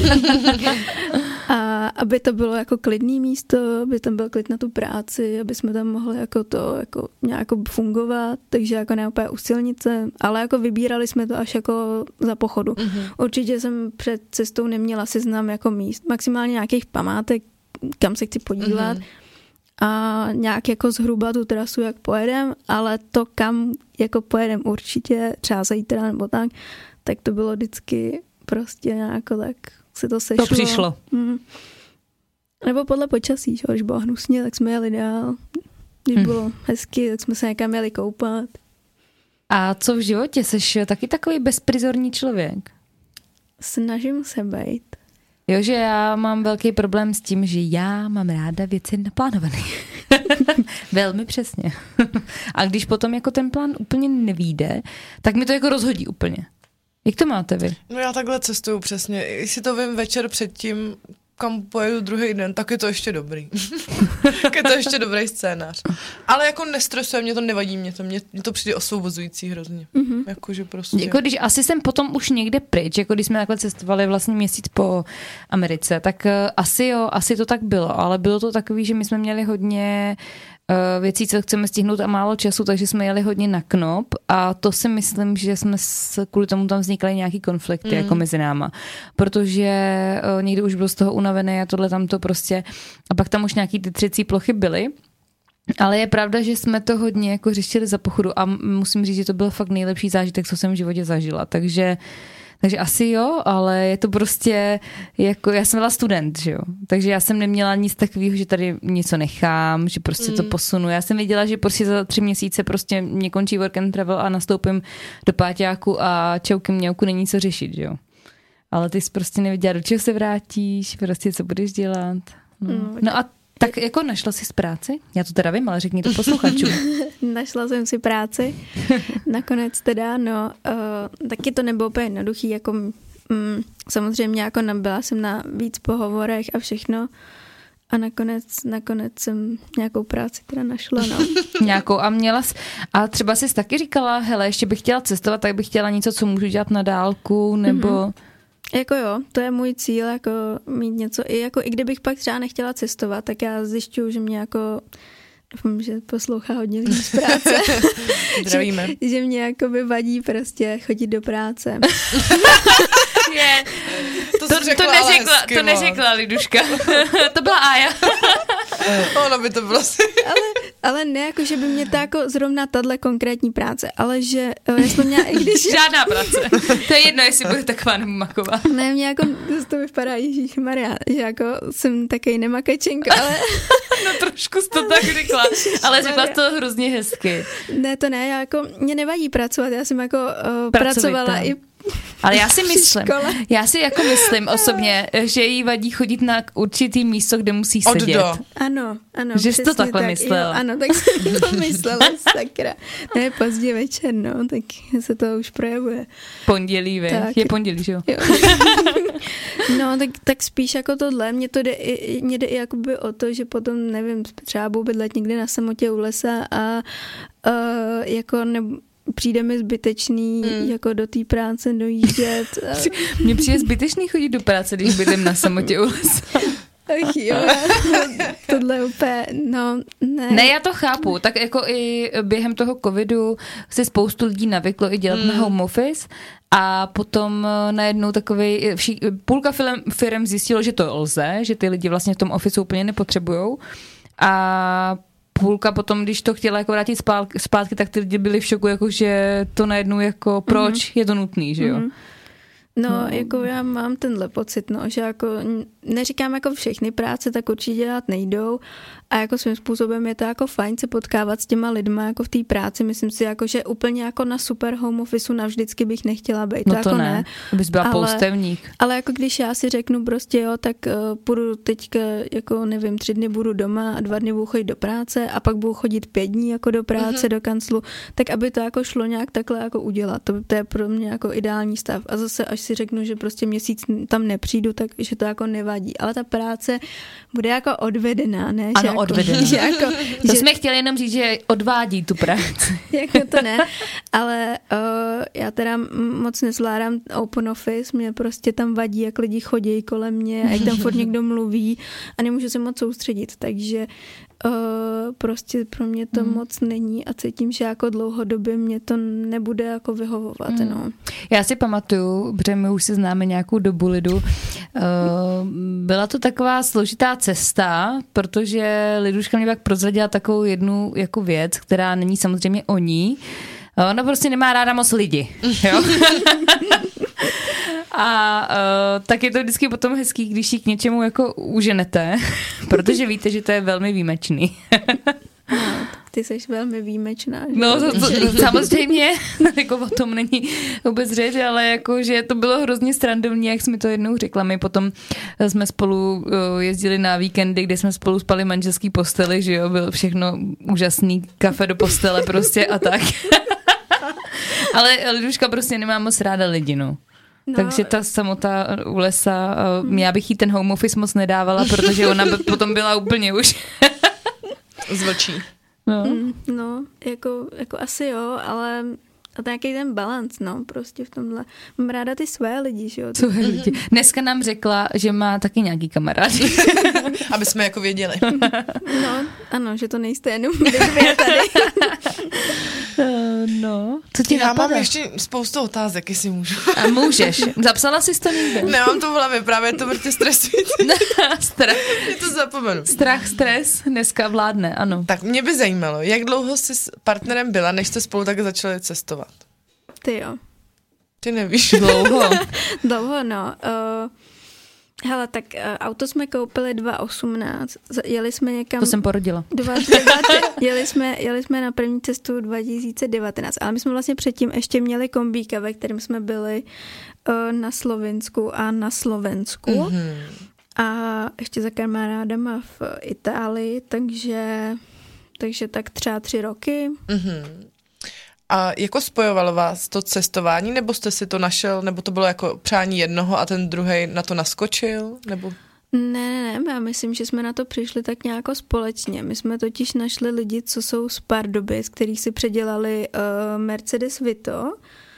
A aby to bylo jako klidný místo, aby tam byl klid na tu práci, aby jsme tam mohli jako to jako nějak fungovat, takže jako ne úplně u silnice, ale jako vybírali jsme to až jako za pochodu. Mm-hmm. Určitě jsem před cestou neměla seznam jako míst, maximálně nějakých památek, kam se chci podívat mm-hmm. a nějak jako zhruba tu trasu, jak pojedem, ale to, kam jako pojedem určitě, třeba zítra nebo tak, tak to bylo vždycky prostě nějako tak se to sešlo. To přišlo. Mm. Nebo podle počasí, že? Když bylo hnusně, tak jsme jeli dál. Když bylo hmm. hezky, tak jsme se někam jeli koupat. A co v životě? Jsi taky takový bezprizorní člověk? Snažím se být. Jo, že já mám velký problém s tím, že já mám ráda věci naplánované. Velmi přesně. A když potom jako ten plán úplně nevyjde, tak mi to jako rozhodí úplně. Jak to máte vy? No já takhle cestuju přesně. Jestli to vím večer předtím, kam pojedu druhý den, tak je to ještě dobrý. Tak je to ještě dobrý scénář. Ale jako nestresuje, mě to nevadí, mě to, mě, mě to přijde osvobozující hrozně. Mm-hmm. Jakože prostě... Jako když asi jsem potom už někde pryč, jako když jsme takhle cestovali vlastně měsíc po Americe, tak uh, asi jo, asi to tak bylo, ale bylo to takový, že my jsme měli hodně věcí, co chceme stihnout a málo času, takže jsme jeli hodně na knop a to si myslím, že jsme s, kvůli tomu tam vznikaly nějaký konflikty mm. jako mezi náma, protože uh, někdy už byl z toho unavený a tohle tam to prostě a pak tam už nějaký ty třecí plochy byly. Ale je pravda, že jsme to hodně jako řešili za pochodu a musím říct, že to byl fakt nejlepší zážitek, co jsem v životě zažila, takže Takže asi jo, ale je to prostě, jako já jsem byla student, že jo, takže já jsem neměla nic takového, že tady něco nechám, že prostě mm. to posunu. Já jsem věděla, že prostě za tři měsíce prostě mě končí work and travel a nastoupím do páťáku a čauky mňauku není co řešit, že jo. Ale ty jsi prostě nevěděla, do čeho se vrátíš, prostě co budeš dělat. No, mm. no a tak jako našla jsi z práci? Já to teda vím, ale řekni to posluchačům. Našla jsem si práci. Nakonec teda, no, uh, taky to nebylo úplně jednoduchý, jako mm, samozřejmě jako byla jsem na víc pohovorech a všechno a nakonec, nakonec jsem nějakou práci teda našla, no. Nějakou a měla jsi, a třeba jsi taky říkala, hele, ještě bych chtěla cestovat, tak bych chtěla něco, co můžu dělat na dálku, nebo... Mm-hmm. Jako jo, to je můj cíl, jako mít něco, i, jako, i kdybych pak třeba nechtěla cestovat, tak já zjišťuju, že mě jako, doufám, že poslouchá hodně lidí z práce, Zdravíme. že, že mě jako by vadí prostě chodit do práce. Je. To, to, řekla, to, neřekla, hezky, to neřekla Liduška. To byla Ája. Ono by to bylo si. ale, ale ne jako, že by mě to jako zrovna tahle konkrétní práce, ale že já jsem měla, i když... Žádná práce. To je jedno, jestli bude taková nebo maková. Ne, mě jako, to vypadá Ježíšmarja, že jako jsem takový nemakačenko, ale... No trošku jsi to tak řekla, ale řekla to hrozně hezky. Ne, to ne, já jako, mě nevadí pracovat, já jsem jako uh, pracovala i ale já si myslím, já si jako myslím osobně, že jí vadí chodit na určitý místo, kde musí sedět. Od do. Ano, ano. Že jsi to takhle tak, myslela. Jo, ano, tak jsem to myslela, sakra. Ne, pozdě večer, no, tak se to už projevuje. Pondělí, vy. Tak. Je pondělí, že jo? jo. No, tak, tak spíš jako tohle, mně to jde i, mě jde i jakoby o to, že potom, nevím, třeba budu bydlet někde na samotě u lesa a uh, jako ne, přijde mi zbytečný mm. jako do té práce dojíždět. A... Mně přijde zbytečný chodit do práce, když bydlím na samotě u lesa. Ach jo, tohle úplně, no ne. Ne, já to chápu, tak jako i během toho covidu se spoustu lidí navyklo i dělat mm. na home office a potom najednou takovej, vši, půlka firem zjistilo, že to lze, že ty lidi vlastně v tom office úplně nepotřebujou a půlka potom, když to chtěla jako vrátit zpátky, zpátky, tak ty lidi byli v šoku, jako že to najednou jako proč mm-hmm. je to nutný, že jo? Mm-hmm. No, no, jako já mám tenhle pocit, no, že jako neříkám jako všechny práce, tak určitě dělat nejdou a jako svým způsobem je to jako fajn se potkávat s těma lidma jako v té práci, myslím si jako, že úplně jako na super home officeu navždycky bych nechtěla být, no to, to jako ne, ne. Bys byla ale, poustevník. Ale jako když já si řeknu prostě jo, tak uh, půjdu teďka jako nevím, tři dny budu doma a dva dny budu chodit do práce a pak budu chodit pět dní jako do práce, mm-hmm. do kanclu, tak aby to jako šlo nějak takhle jako udělat, to, to je pro mě jako ideální stav a zase až si řeknu, že prostě měsíc tam nepřijdu, tak že to jako nevadí. Ale ta práce bude jako odvedená, ne? Ano, že jako, odvedená. Že jako, to že, jsme chtěli jenom říct, že odvádí tu práci. Jako to ne, ale uh, já teda moc nezvládám open office, mě prostě tam vadí, jak lidi chodí kolem mě, jak tam furt někdo mluví a nemůžu se moc soustředit, takže Uh, prostě pro mě to mm. moc není a cítím, že jako dlouhodobě mě to nebude jako vyhovovat. Mm. No. Já si pamatuju, protože my už se známe nějakou dobu, Lidu, uh, byla to taková složitá cesta, protože Liduška mě pak prozradila takovou jednu jako věc, která není samozřejmě o ní. Ona prostě nemá ráda moc lidi. Jo? A uh, tak je to vždycky potom hezký, když ji k něčemu jako uženete, protože víte, že to je velmi výjimečný. No, ty jsi velmi výjimečná. Že? No to, to, to, samozřejmě, jako o tom není vůbec řeč, ale jako, že to bylo hrozně srandovní, jak jsi mi to jednou řekla. My potom jsme spolu uh, jezdili na víkendy, kde jsme spolu spali v manželský posteli, že jo, bylo všechno úžasný, kafe do postele prostě a tak. Ale Liduška prostě nemá moc ráda lidi, no. No. Takže ta samota u lesa, hmm. já bych jí ten home office moc nedávala, protože ona by potom byla úplně už zvlčí. No, mm, no jako, jako asi jo, ale a nějaký ten balans, no, prostě v tomhle. Mám ráda ty své lidi, že jo. Své lidi. Dneska nám řekla, že má taky nějaký kamarád. Aby jsme jako věděli. No, ano, že to nejste jenom vy tady. No, co ti Já napadá? mám ještě spoustu otázek, jestli můžu. A můžeš. Zapsala jsi to někde? Nemám to v hlavě, právě je to vrtě stresující. Strach. Je to zapomenu. Strach, stres dneska vládne, ano. Tak mě by zajímalo, jak dlouho jsi s partnerem byla, než jste spolu tak začali cestovat? Ty jo. Ty nevíš. Dlouho. Dlouho, no. Uh, hele, tak uh, auto jsme koupili dva tisíce osmnáct, jeli jsme někam... To jsem porodila. dva tisíce devatenáct, jeli, jsme, jeli jsme na první cestu dva tisíce devatenáct, ale my jsme vlastně předtím ještě měli kombíka, ve kterém jsme byli uh, na Slovinsku a na Slovensku. Mm-hmm. A ještě za kamarádama v Itálii, takže, takže tak třeba tři roky. Mm-hmm. A jako spojovalo vás to cestování, nebo jste si to našel, nebo to bylo jako přání jednoho a ten druhej na to naskočil, nebo... Ne, ne, já myslím, že jsme na to přišli tak nějak společně. My jsme totiž našli lidi, co jsou z Pardubic, kteří si předělali uh, Mercedes Vito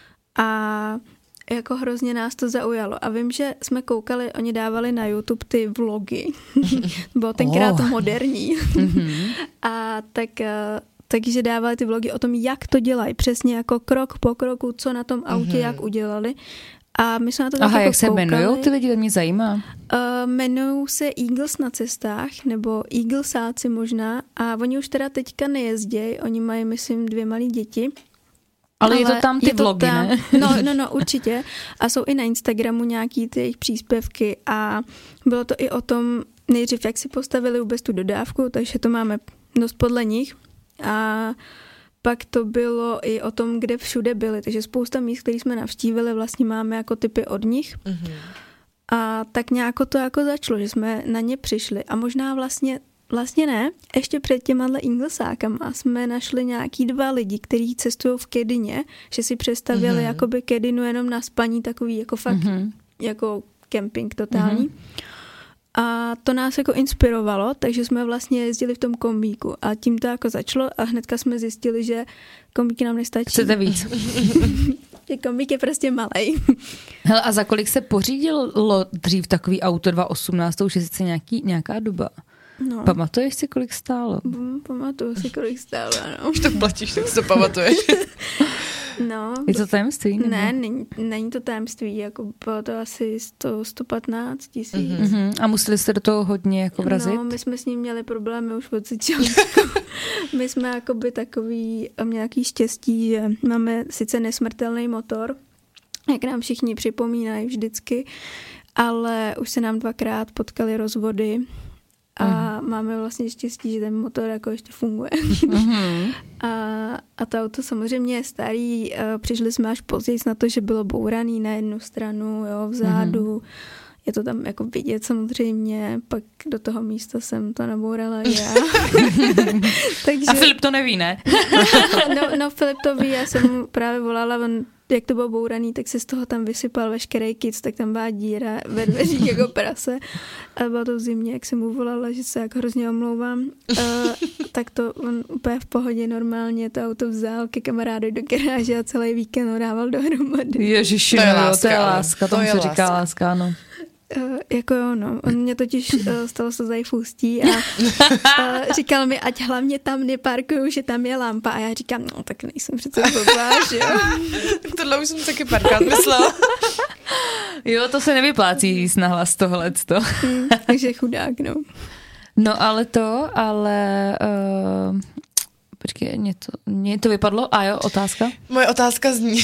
a jako hrozně nás to zaujalo. A vím, že jsme koukali, oni dávali na YouTube ty vlogy. Bylo tenkrát oh. moderní. Mm-hmm. A tak... Uh, takže dávali ty vlogy o tom, jak to dělají, přesně jako krok po kroku, co na tom autě, mm-hmm. jak udělali. A my jsme na to Aha, tak jak jako se koukali. jmenujou ty lidi, to mě zajímá. Uh, jmenují se Eagles na cestách, nebo Eaglesáci možná, a oni už teda teďka nejezdějí, oni mají, myslím, dvě malé děti. Ale, ale je to tam ty to vlogy, tam, ne? No, no, no, určitě. A jsou i na Instagramu nějaký ty jejich příspěvky a bylo to i o tom, nejdřív jak si postavili vůbec tu dodávku, takže to máme dost podle nich. A pak to bylo i o tom, kde všude byli, takže spousta míst, které jsme navštívili, vlastně máme jako typy od nich. Mm-hmm. A tak nějak to jako začalo, že jsme na ně přišli. A možná vlastně, vlastně ne, ještě před těmahle Inglesákama jsme našli nějaký dva lidi, kteří cestují v Kedině, že si představili mm-hmm. jakoby Kedinu jenom na spaní, takový jako fakt mm-hmm. jako kemping totální. Mm-hmm. A to nás jako inspirovalo, takže jsme vlastně jezdili v tom kombíku a tím to jako začalo a hnedka jsme zjistili, že kombíky nám nestačí. Chcete víc. Že kombík je prostě malej. Hele, a za kolik se pořídilo dřív takový auto dva tisíce osmnáct, to už je sice nějaký, nějaká doba. No. Pamatuješ si, kolik stálo? Bum, pamatuju si, kolik stálo, no. Už to platíš, tak si to pamatuješ. No. Je to tajemství? Nebo? Ne, není, není to tajemství, jako bylo to asi sto, sto patnáct tisíc. Mm-hmm. A museli jste do toho hodně jako vrazit? No, my jsme s ním měli problémy už od začátku. My jsme jakoby takový, měli nějaký štěstí, že máme sice nesmrtelný motor, jak nám všichni připomínají vždycky, ale už se nám dvakrát potkaly rozvody a mm. máme vlastně štěstí, že ten motor jako ještě funguje. Mm. a, a to auto samozřejmě je starý. Přišli jsme až později na to, že bylo bouraný na jednu stranu, jo, vzadu. Mm. Je to tam jako vidět samozřejmě, pak do toho místa jsem to nabourala já. Takže... A Filip to neví, ne? no, no, Filip to ví, já jsem mu právě volala, on, jak to bylo bouraný, tak se z toho tam vysypal veškerý kic, tak tam byla díra ve dveřích jako prase. A bylo to v zimě, jak jsem mu volala, že se jako hrozně omlouvám. Uh, tak to on úplně v pohodě normálně to auto vzal ke kamarádovi do garáže a celý víkend ho dával dohromady. Ježiši, to je láska, to je láska, tomu se říká láska, ano. Uh, jako jo, no. On mě totiž uh, stalo se tady v Ústí a uh, říkal mi, ať hlavně tam neparkuju, že tam je lampa. A já říkám, no tak nejsem přece blbá, že jo. Tohle už jsem taky párkrát myslela. Jo, to se nevyplácí říct nahlas tohleto. Mm, takže chudák, no. No ale to, ale... Uh, počkej, mě to, mě to vypadlo. A jo, otázka? Moje otázka zní.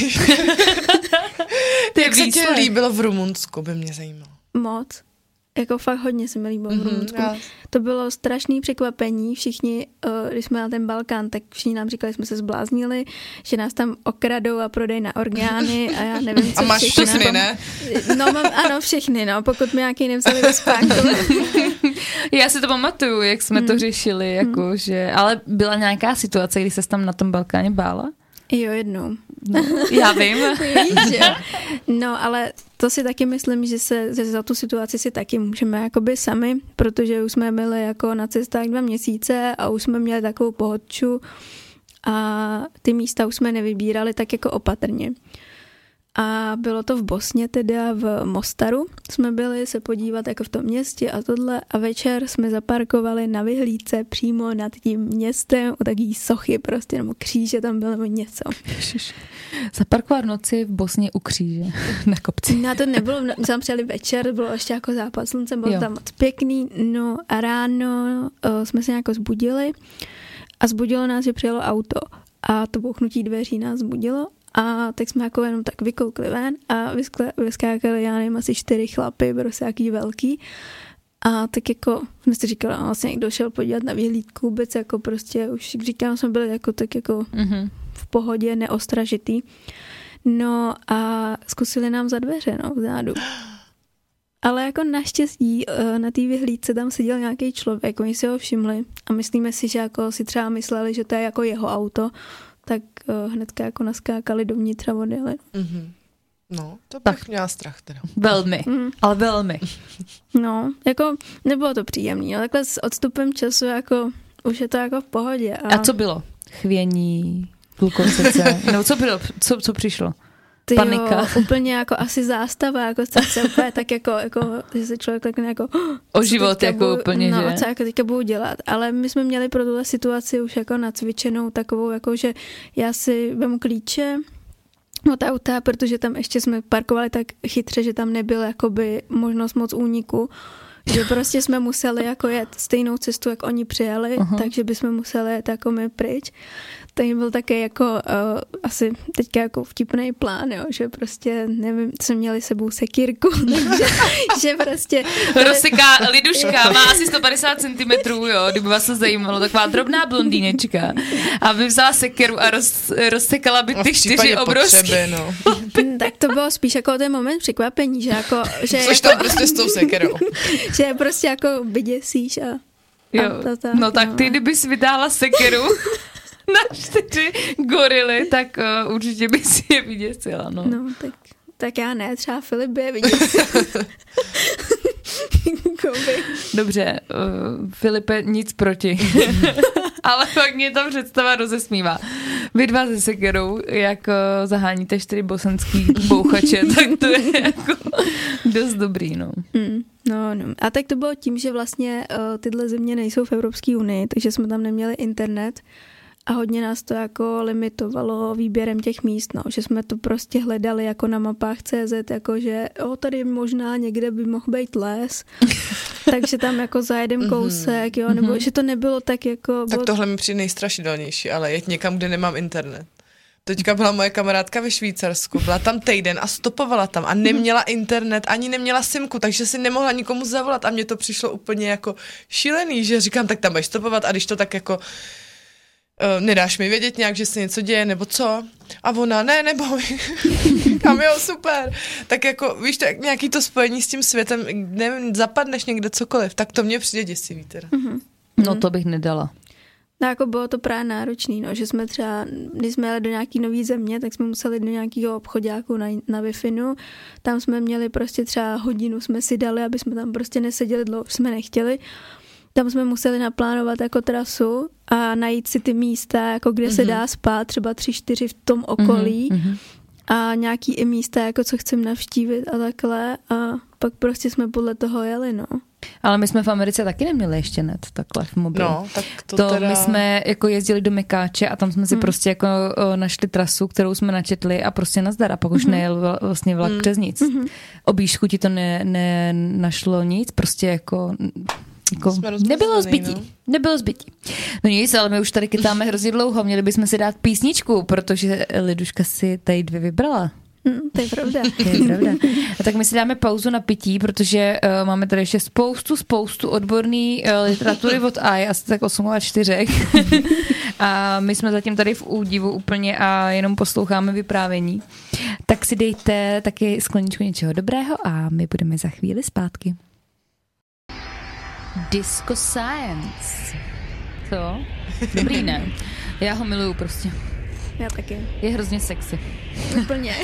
Jak se výsled. ti líbilo v Rumunsku, by mě zajímalo. Moc. Jako fakt hodně se mi líbilo v Rumunsku. Mm-hmm, to bylo strašný překvapení. Všichni, uh, když jsme na ten Balkán, tak všichni nám říkali, že jsme se zbláznili, že nás tam okradou a prodej na orgány a já nevím, co a máš všechno. všechny, ne? No mám, ano, všechny, no, pokud mi nějaký nevzali do spánku. Já si to pamatuju, jak jsme hmm. to řešili, jako, hmm. že... Ale byla nějaká situace, kdy ses tam na tom Balkáně bála? Jo, jednou. No, já vím. Víš, že? No, ale to si taky myslím, že se že za tu situaci si taky můžeme jakoby sami, protože už jsme byli jako na cestách dva měsíce a už jsme měli takovou pohodču a ty místa už jsme nevybírali tak jako opatrně. A bylo to v Bosně, teda v Mostaru. Jsme byli se podívat jako v tom městě a tohle a večer jsme zaparkovali na vyhlídce přímo nad tím městem u taký sochy prostě, nebo kříže tam bylo nebo něco. Zaparkovat v noci v Bosně u kříže na kopci. No to nebylo, my jsme přijeli večer, bylo ještě jako západ slunce, bylo jo. tam moc pěkný, no a ráno uh, jsme se nějak zbudili a zbudilo nás, že přijelo auto a to bouchnutí dveří nás zbudilo. A tak jsme jako jenom tak vykoukli ven a vyskákali, já nevím, asi čtyři chlapy, prostě jaký velký. A tak jako jsme si říkali, vlastně někdo šel podívat na vyhlídku, vůbec jako prostě už, říkám, jsme byli jako tak jako mm-hmm. v pohodě, neostražitý. No a zkusili nám za dveře, no, vzadu. Ale jako naštěstí na té vyhlídce tam seděl nějaký člověk, oni si ho všimli a myslíme si, že jako si třeba mysleli, že to je jako jeho auto, tak uh, hnedka jako naskákali dovnitř a odjeli. Mm-hmm. No, to tak bych měla strach teda. Velmi, mm. ale velmi. No, jako nebylo to příjemný, ale takhle s odstupem času jako už je to jako v pohodě. A, a co bylo? Chvění, glukosece, no co bylo, co, co přišlo? Ty Panika. Jo, úplně jako asi zástava, jako srdce úplně tak jako, jako, že se člověk takhle jako o život jako budu, úplně, no, že? co jako teďka budu dělat, ale my jsme měli pro tuhle situaci už jako nacvičenou takovou, jako že já si vemu klíče od auta, protože tam ještě jsme parkovali tak chytře, že tam nebyl jakoby možnost moc úniku, že prostě jsme museli jako jet stejnou cestu, jak oni přijeli, uh-huh. takže bychom museli jet jako my pryč. Ten byl také jako uh, asi teďka jako vtipný plán, jo, že prostě, nevím, jsme měli sebou sekírku, takže že prostě... Rozseká liduška, má asi sto padesát centimetrů, jo, kdyby vás to zajímalo, taková drobná blondýnečka. A by vzala sekiru a roz, rozsekala by ty čtyři obrovský. No. Tak to bylo spíš jako ten moment překvapení, že jako... Že Což jako, tam prostě s tou sekirou. Že prostě jako vyděsíš a... Jo, a ta, ta, no tak no. ty, kdybys vytáhla sekiru na čtyři gorily, tak uh, určitě by si je vyděsila, no. No, tak, tak já ne, třeba Filip by je vyděsil. Dobře, uh, Filipe, nic proti. Ale pak mě ta představa rozesmívá. Vy dva se sekirou, jak uh, zaháníte čtyři bosenský bouchače, tak to je jako dost dobrý, no. Mm, no, no. A tak to bylo tím, že vlastně uh, tyhle země nejsou v Evropské unii, takže jsme tam neměli internet a hodně nás to jako limitovalo výběrem těch míst, no, že jsme to prostě hledali jako na mapách C Z, jako že o, tady možná někde by mohl být les, takže tam jako zajedem kousek, jo, nebo že to nebylo tak jako... Tak tohle mi přijde nejstrašidelnější, ale jet někam, kde nemám internet. Teďka byla moje kamarádka ve Švýcarsku, byla tam týden a stopovala tam a neměla internet, ani neměla simku, takže si nemohla nikomu zavolat a mně to přišlo úplně jako šílený, že říkám, tak tam budeš stopovat a když to tak jako uh, nedáš mi vědět nějak, že se něco děje, nebo co? A ona, ne, neboj. Říkám, jo, super. Tak jako, víš, tak nějaký to spojení s tím světem, nevím, zapadneš někde cokoliv, tak to mě přijde děsivý teda. Mm-hmm. No to bych nedala. No jako bylo to právě náročný, no, že jsme třeba, když jsme jeli do nějaký nový země, tak jsme museli do nějakého obchodáku na, na Wi-Fi, tam jsme měli prostě třeba hodinu jsme si dali, aby jsme tam prostě neseděli dlouho, jsme nechtěli. Tam jsme museli naplánovat jako trasu a najít si ty místa, jako kde mm-hmm. se dá spát, třeba tři, čtyři v tom okolí mm-hmm. a nějaký i místa, jako co chcem navštívit a takhle a pak prostě jsme podle toho jeli, no. Ale my jsme v Americe taky neměli ještě net takhle v mobilu. No, tak to, to teda... my jsme jako jezdili do Mekáče a tam jsme si hmm. prostě jako o, našli trasu, kterou jsme načetli a prostě nazdar a pak už hmm. nejel vlastně vlak hmm. přes nic. Hmm. Objížďku ti to ne, ne našlo nic, prostě jako... Jako nebylo zbytí. No. Nebylo zbytí. No nic, ale my už tady kytáme hrozně dlouho. Měli bychom si dát písničku, protože Liduška si tady dvě vybrala. Mm, to je pravda. To je pravda. A tak my si dáme pauzu na pití, protože uh, máme tady ještě spoustu, spoustu odborné uh, literatury od A I, asi tak osm čtyři. A my jsme zatím tady v údivu úplně a jenom posloucháme vyprávění. Tak si dejte taky skleničku něčeho dobrého a my budeme za chvíli zpátky. Disco Science. Co? Dobrý, ne? Já ho miluju prostě. Já taky. Je hrozně sexy. Úplně.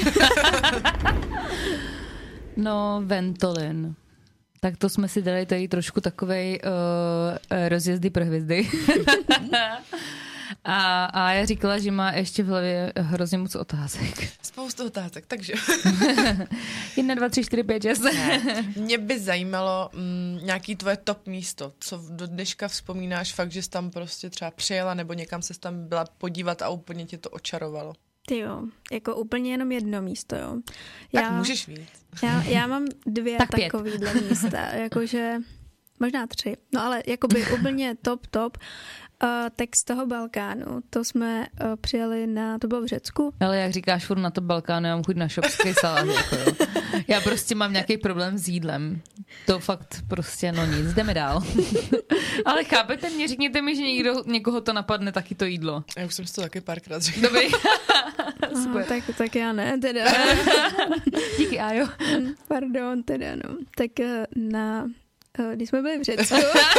No, Ventolin. Tak to jsme si dali tady trošku takovej uh, rozjezdy pro hvězdy. A, a já říkala, že má ještě v hlavě hrozně moc otázek. Spoustu otázek, takže. Jedna, dva, tři, čtyři, pět, šest. Mě by zajímalo mm, nějaký tvoje top místo, co do dneška vzpomínáš fakt, že jsi tam prostě třeba přijela nebo někam se tam byla podívat a úplně tě to očarovalo. Ty jo, jako úplně jenom jedno místo, jo. Tak já, můžeš víc. Já, já mám dvě tak takovýhle místa, jakože možná tři, no ale jakoby úplně top, top. Uh, tak z toho Balkánu, to jsme uh, přijeli na, to bylo v Řecku. Ale jak říkáš furt na to Balkánu, já mám chuť na šopský salát. Jako jo. Já prostě mám nějaký problém s jídlem. To fakt prostě, no nic, jdeme dál. Ale chápete mě, řekněte mi, že někdo, někoho to napadne taky to jídlo. Já už jsem si to taky párkrát řekla. Dobrý. No, tak, tak já ne, teda. Díky, Ajo. Pardon, teda no. Tak uh, na... Když jsme byli v Řecku,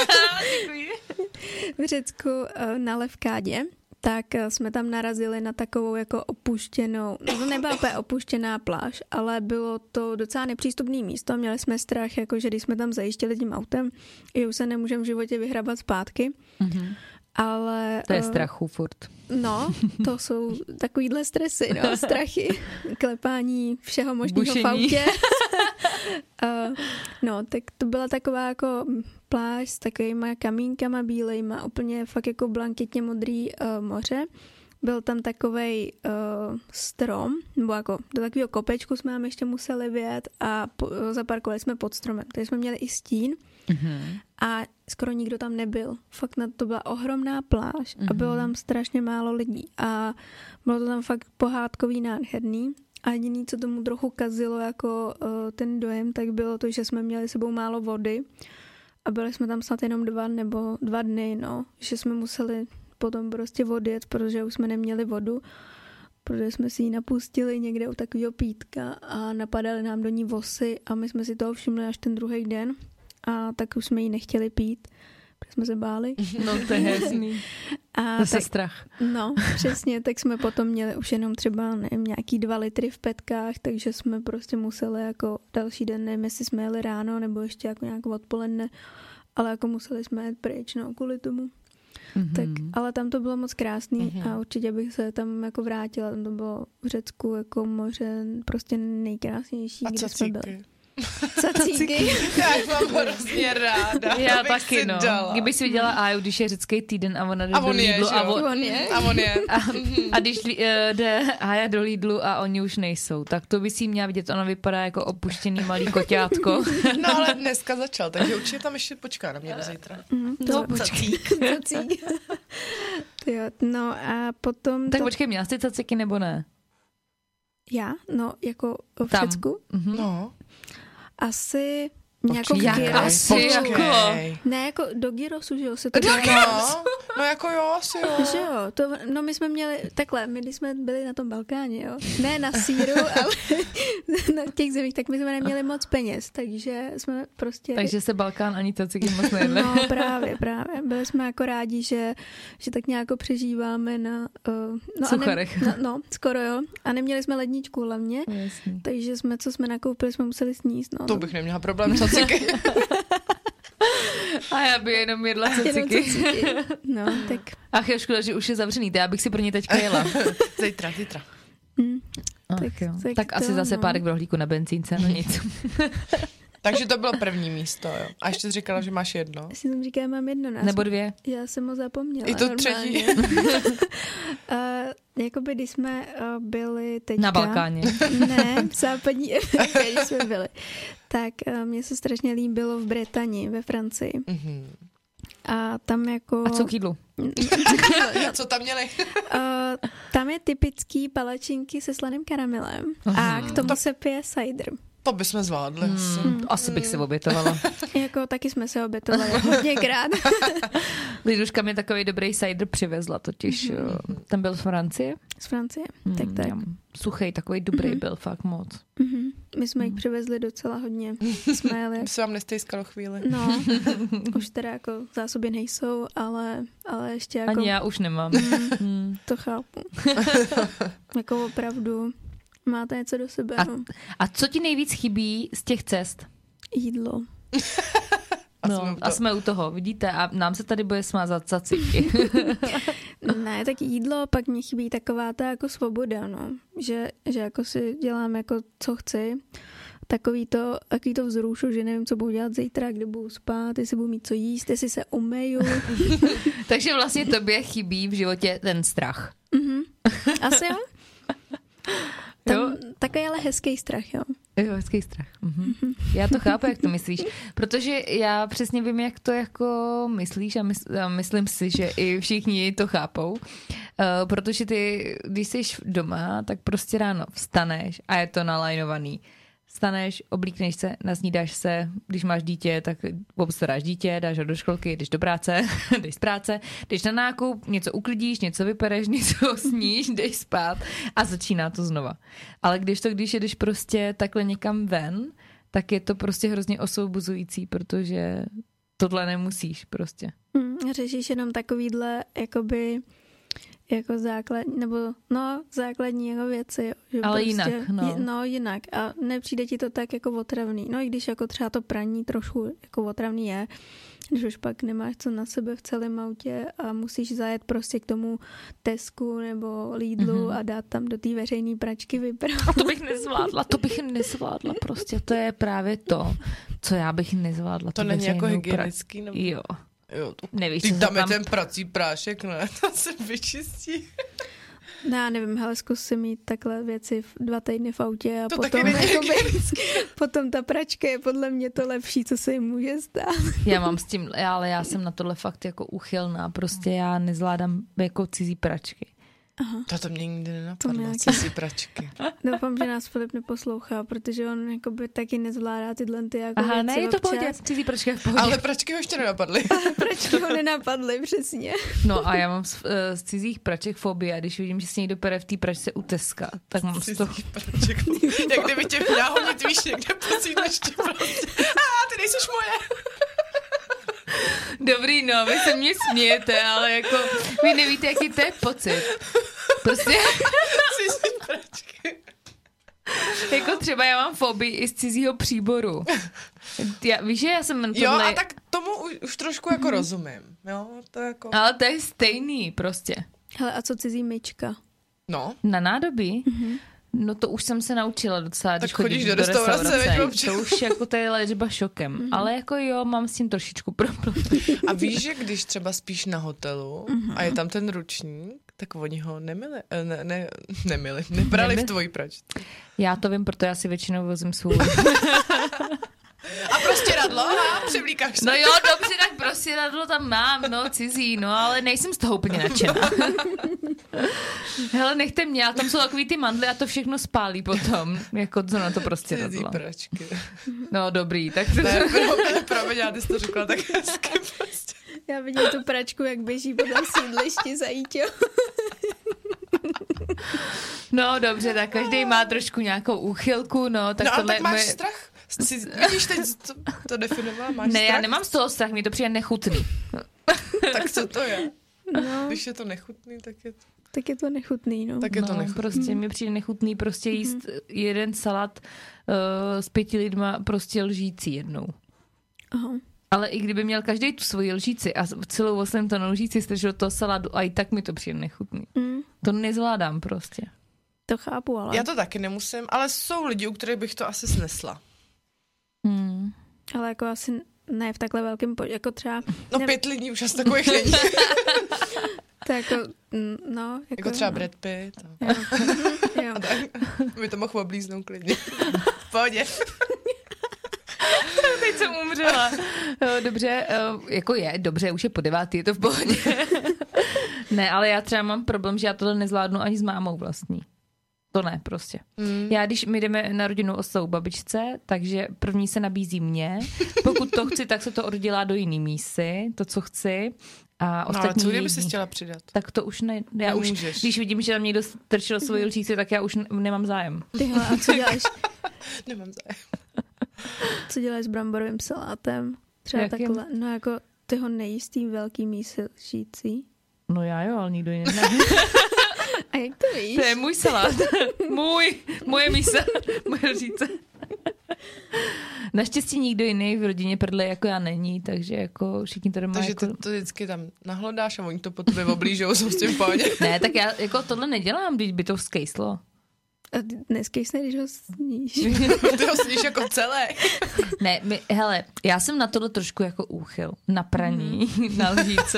v Řecku na Levkádě, tak jsme tam narazili na takovou jako opuštěnou, no to nebyla úplně opuštěná pláž, ale bylo to docela nepřístupné místo, měli jsme strach, jako že když jsme tam zajížděli tím autem, že už se nemůžeme v životě vyhrabat zpátky. Mm-hmm. Ale... To je strachu furt. No, to jsou takovýhle stresy, no, strachy, klepání všeho možného v autě. uh, no, tak to byla taková jako pláž s takovýma kamínkama bílejma, úplně fakt jako blanketně modrý uh, moře. Byl tam takovej uh, strom, nebo jako do takového kopečku jsme tam ještě museli vjet a po, zaparkovali jsme pod stromem. Takže jsme měli i stín. Mm-hmm. A skoro nikdo tam nebyl. Fakt na to byla ohromná pláž mm-hmm. a bylo tam strašně málo lidí. A bylo to tam fakt pohádkový, nádherný. A jediný, co tomu trochu kazilo jako uh, ten dojem, tak bylo to, že jsme měli sebou málo vody. A byli jsme tam snad jenom dva nebo dva dny, no. Že jsme museli potom prostě odjet, protože už jsme neměli vodu. Protože jsme si ji napustili někde u takového pítka a napadaly nám do ní vosy a my jsme si toho všimli až ten druhý den. A tak už jsme ji nechtěli pít, protože jsme se báli. No to je hezný. A to se tak, strach. No, přesně, tak jsme potom měli už jenom třeba, nevím, nějaký dva litry v petkách, takže jsme prostě museli jako další den, nevím, jestli jsme jeli ráno, nebo ještě jako nějak odpoledne, ale jako museli jsme jet pryč, no, kvůli tomu. Mm-hmm. Tak, ale tam to bylo moc krásný mm-hmm. a určitě bych se tam jako vrátila, tam to bylo v Řecku jako moře prostě nejkrásnější, a kde jsme byli. Cacíky. Já jich mám hrozně ráda. Já taky, no. Dala. Kdyby si viděla Aju, když je řecký týden a ona jde do Lidlu. A on, on je. A on je. A, a když uh, jde Aja do Lidlu a oni už nejsou, tak to by si měla vidět. Ona vypadá jako opuštěný malý koťátko. No ale dneska začal, takže určitě tam ještě počká na mě do zítra. Mm, to no, cacík. Cacík. Jo, no a potom... Tak to... počkej, měla jsi caciky nebo ne? Já? No, jako v Řecku? Mm-hmm. No. Asi nějakou gyrosu. Jako? Ne, jako do gyrosu, že jo, se to dělá. No, no jako jo, asi jo. Že jo, to, no my jsme měli, takhle, my když jsme byli na tom Balkáně, jo, ne na síru, ale na těch zemích, tak my jsme neměli moc peněz, takže jsme prostě... Takže se Balkán ani caciky moc nejedli. No právě, právě. Byli jsme jako rádi, že, že tak nějak přežíváme na... Uh, no Sucharech. Ne, no, no, skoro jo. A neměli jsme ledničku hlavně, Jasný. takže jsme, co jsme nakoupili, jsme museli sníst. No, to bych neměla problém s caciky. A já by jenom jedla caciky. No, tak... Ach jo, škoda, že už je zavřený, to já bych si pro ně teďka jela. Zítra, zítra. Mm. Ach, tak, jo. tak, tak asi to, zase no. párek v rohlíku na benzínce, no nic. Takže to bylo první místo, jo. A ještě jsi říkala, že máš jedno. Jestli jsem říkala, mám jedno nás. Nebo dvě. Já jsem ho zapomněla. I to normálně. třetí. uh, jakoby, když jsme uh, byli teďka... Na Balkáně. Ne, v západní Evropě, když jsme byli. Tak uh, mně se strašně líbilo v Británii, ve Francii. Mm-hmm. A tam jako... A co k jídlu? Co tam měli? uh, tam je typický palačinky se slaným karamelem. Aha. A k tomu to... se pije cider. To bychom zvládli. Hmm, asi. asi bych se obětovala. Jako taky jsme se obětovali hodněkrát. Liduška mi takový dobrý cider přivezla totiž. Mm-hmm. Ten byl z Francie? Z Francie, mm, tak tak. Suchej, takový dobrý mm-hmm. byl fakt moc. Mm-hmm. My jsme jich přivezli docela hodně. Jsme jeli. Se vám nestejskalo chvíli. No, už teda jako zásoby nejsou, ale, ale ještě jako... Ani já už nemám. Mm, to chápu. Jako opravdu... Máte něco do sebe. A, no. a co ti nejvíc chybí z těch cest? Jídlo. A, no, jsme, u a jsme u toho, vidíte, a nám se tady bude smázat caciky. Ne, tak jídlo, pak mě chybí taková ta jako svoboda, no. Že, že jako si dělám jako co chci. Takový to, takový to vzrušu, že nevím, co budu dělat zítra, kde budu spát, jestli budu mít co jíst, jestli se umeju. Takže vlastně tobě chybí v životě ten strach. Mm-hmm. Asi jo. Tam, jo. Takový ale hezký strach, jo. Jo, hezký strach. Mhm. Já to chápu, jak to myslíš, protože já přesně vím, jak to jako myslíš a, mysl, a myslím si, že i všichni to chápou, uh, protože ty, když jsi doma, tak prostě ráno vstaneš a je to nalajnovaný. Vstaneš, oblíkneš se, nasnídáš se, když máš dítě, tak obstaráš dítě, dáš ho do školky, jdeš do práce, jdeš z práce, jdeš na nákup, něco uklidíš, něco vypereš, něco sníš, jdeš spát a začíná to znova. Ale když to, když jedeš prostě takhle někam ven, tak je to prostě hrozně osvobozující, protože tohle nemusíš prostě. Hmm, řešíš jenom takovýhle, jakoby jako základ, nebo no, základní jako věci. Jo, že ale prostě, jinak, no. No, jinak. A nepřijde ti to tak jako otravný. No, i když jako třeba to praní trošku jako otravný je, když už pak nemáš co na sebe v celém autě a musíš zajet prostě k tomu Tesku nebo Lidlu mm-hmm. a dát tam do té veřejné pračky vyprat. A to bych nezvládla, to bych nezvládla prostě. To je právě to, co já bych nezvládla. To není jako hygienický? Nebo... Jo. Jo, nevíš, ty tam je tam... ten prací prášek, ne? To se vyčistí. No, já nevím, hele, zkus si mít takhle věci v dva týdny v autě a to potom, jakoby, potom ta pračka je podle mě to lepší, co se jim může stát. Já mám s tím, ale já jsem na tohle fakt jako uchylná, prostě já nezvládám jako cizí pračky. Aha. To, to mě nikdy nenapadlo, cizí pračky. Doufám, že nás Filip neposlouchá, protože on jakoby taky nezvládá tyhle ty jako Aha, věci ne, je to občas. pohodě, cizí pračky v pohodě. Ale pračky ho ještě nenapadly. Ale pračky ho nenapadly, přesně. No a já mám z, z cizích praček fobii a když vidím, že se někdo pere v té pračce u Teska, tak mám z toho... praček. Jak kdyby tě měla honit, víš, někde po sídlišti prostě. A ty nejseš moje. Dobrý, no, vy se mě smějete, ale jako vy nevíte, jaký to je pocit. Prostě... Cizí pračky. Jako třeba já mám fobii i z cizího příboru. Já, víš, že já jsem tohle... Jo, a tak tomu už, už trošku jako mm. rozumím. Jo, to jako... Ale to je stejný prostě. Hele, a co cizí myčka? No. Na nádobí? Mm-hmm. No to už jsem se naučila docela, když tak chodíš do, do restaurace. restaurace. To už jako to je léčba šokem. Mm-hmm. Ale jako jo, mám s tím trošičku problém. A víš, že když třeba spíš na hotelu mm-hmm. a je tam ten ručník, tak oni ho nemili, ne, ne, nemili, nebrali Nemil? v tvojí pračce. Já to vím, proto já si většinou vozím svůj. A prostě radlo, a převlíkáš se. No jo, dobře, tak prostě radlo tam mám, no, cizí, no, ale nejsem z toho úplně nadšená. Hele, nechte mě, a tam jsou takový ty mandly a to všechno spálí potom, jako co na to prostě cizí radlo. pračky. No, dobrý, tak... Ne, promiň, promiň, já ty jsi to řekla tak hezky prostě. Já vidím tu pračku, jak běží po tom sídlišti za Jíťou. No, dobře, tak každý má trošku nějakou úchylku, no, tak no, tohle... tak máš moje... strach? Vidíš, teď to, to definovala, máš ne, strach? Ne, já nemám z toho strach, mi to přijde nechutný. Tak co to je? No. Když je to nechutný, tak je to... Tak je to nechutný, no. Tak je to no, nechutný. Prostě mi přijde nechutný prostě jíst mm-hmm. jeden salát uh, s pěti lidma prostě lžící jednou. Aha. Ale i kdyby měl každý tu svoji lžíci a celou osm ton lžíci strčil toho salátu a i tak mi to přijde nechutný. Mm. To nezvládám prostě. To chápu, ale... Já to taky nemusím, ale jsou lidi, u kterých bych to asi snesla. Hmm. Ale jako asi ne v takhle velkém počtu, jako třeba... No ne... pět lidí už asi takových není. To jako, no... Jako, jako třeba no. Brad Pitt. Jo. Jo. A tak by to mohl oblíznout klidně. V pohodě. Teď jsem umřela. Dobře, jako je, dobře, už je po devátý, je to v pohodě. Ne, ale já třeba mám problém, že já tohle nezvládnu ani s mámou vlastní. To ne, prostě. Mm. Já, když my jdeme na rodinnou oslavu babičce, takže první se nabízí mě. Pokud to chci, tak se to oddělá do jiný mísy, to, co chci. A ostatní no ale co kdyby si chtěla přidat? Tak to už ne. Já už, když vidím, že tam někdo strčil svoji lžíci, tak já už nemám zájem. Tyhle, a co děláš? Nemám zájem. Co děláš s bramborovým salátem? Třeba Jakým? takhle, no jako ty ho nejistý velký mísy lžící. No já jo, ale nikdo jiný ne. A jak to víš? To je můj salát. Můj, moje mísa, moje lžíce. Naštěstí nikdo jiný v rodině prdle jako já není, takže jako všichni to doma takže jako... ty to vždycky tam nahlodáš a oni to po tobě oblížou, jsou s tím v pohodě. Ne, tak já jako tohle nedělám, když by to skejslo. A neskejsne, když ho sníš. Ty ho sníš jako celé. Ne, my, hele, já jsem na tohle trošku jako úchyl. Na praní, mm. na lžíce.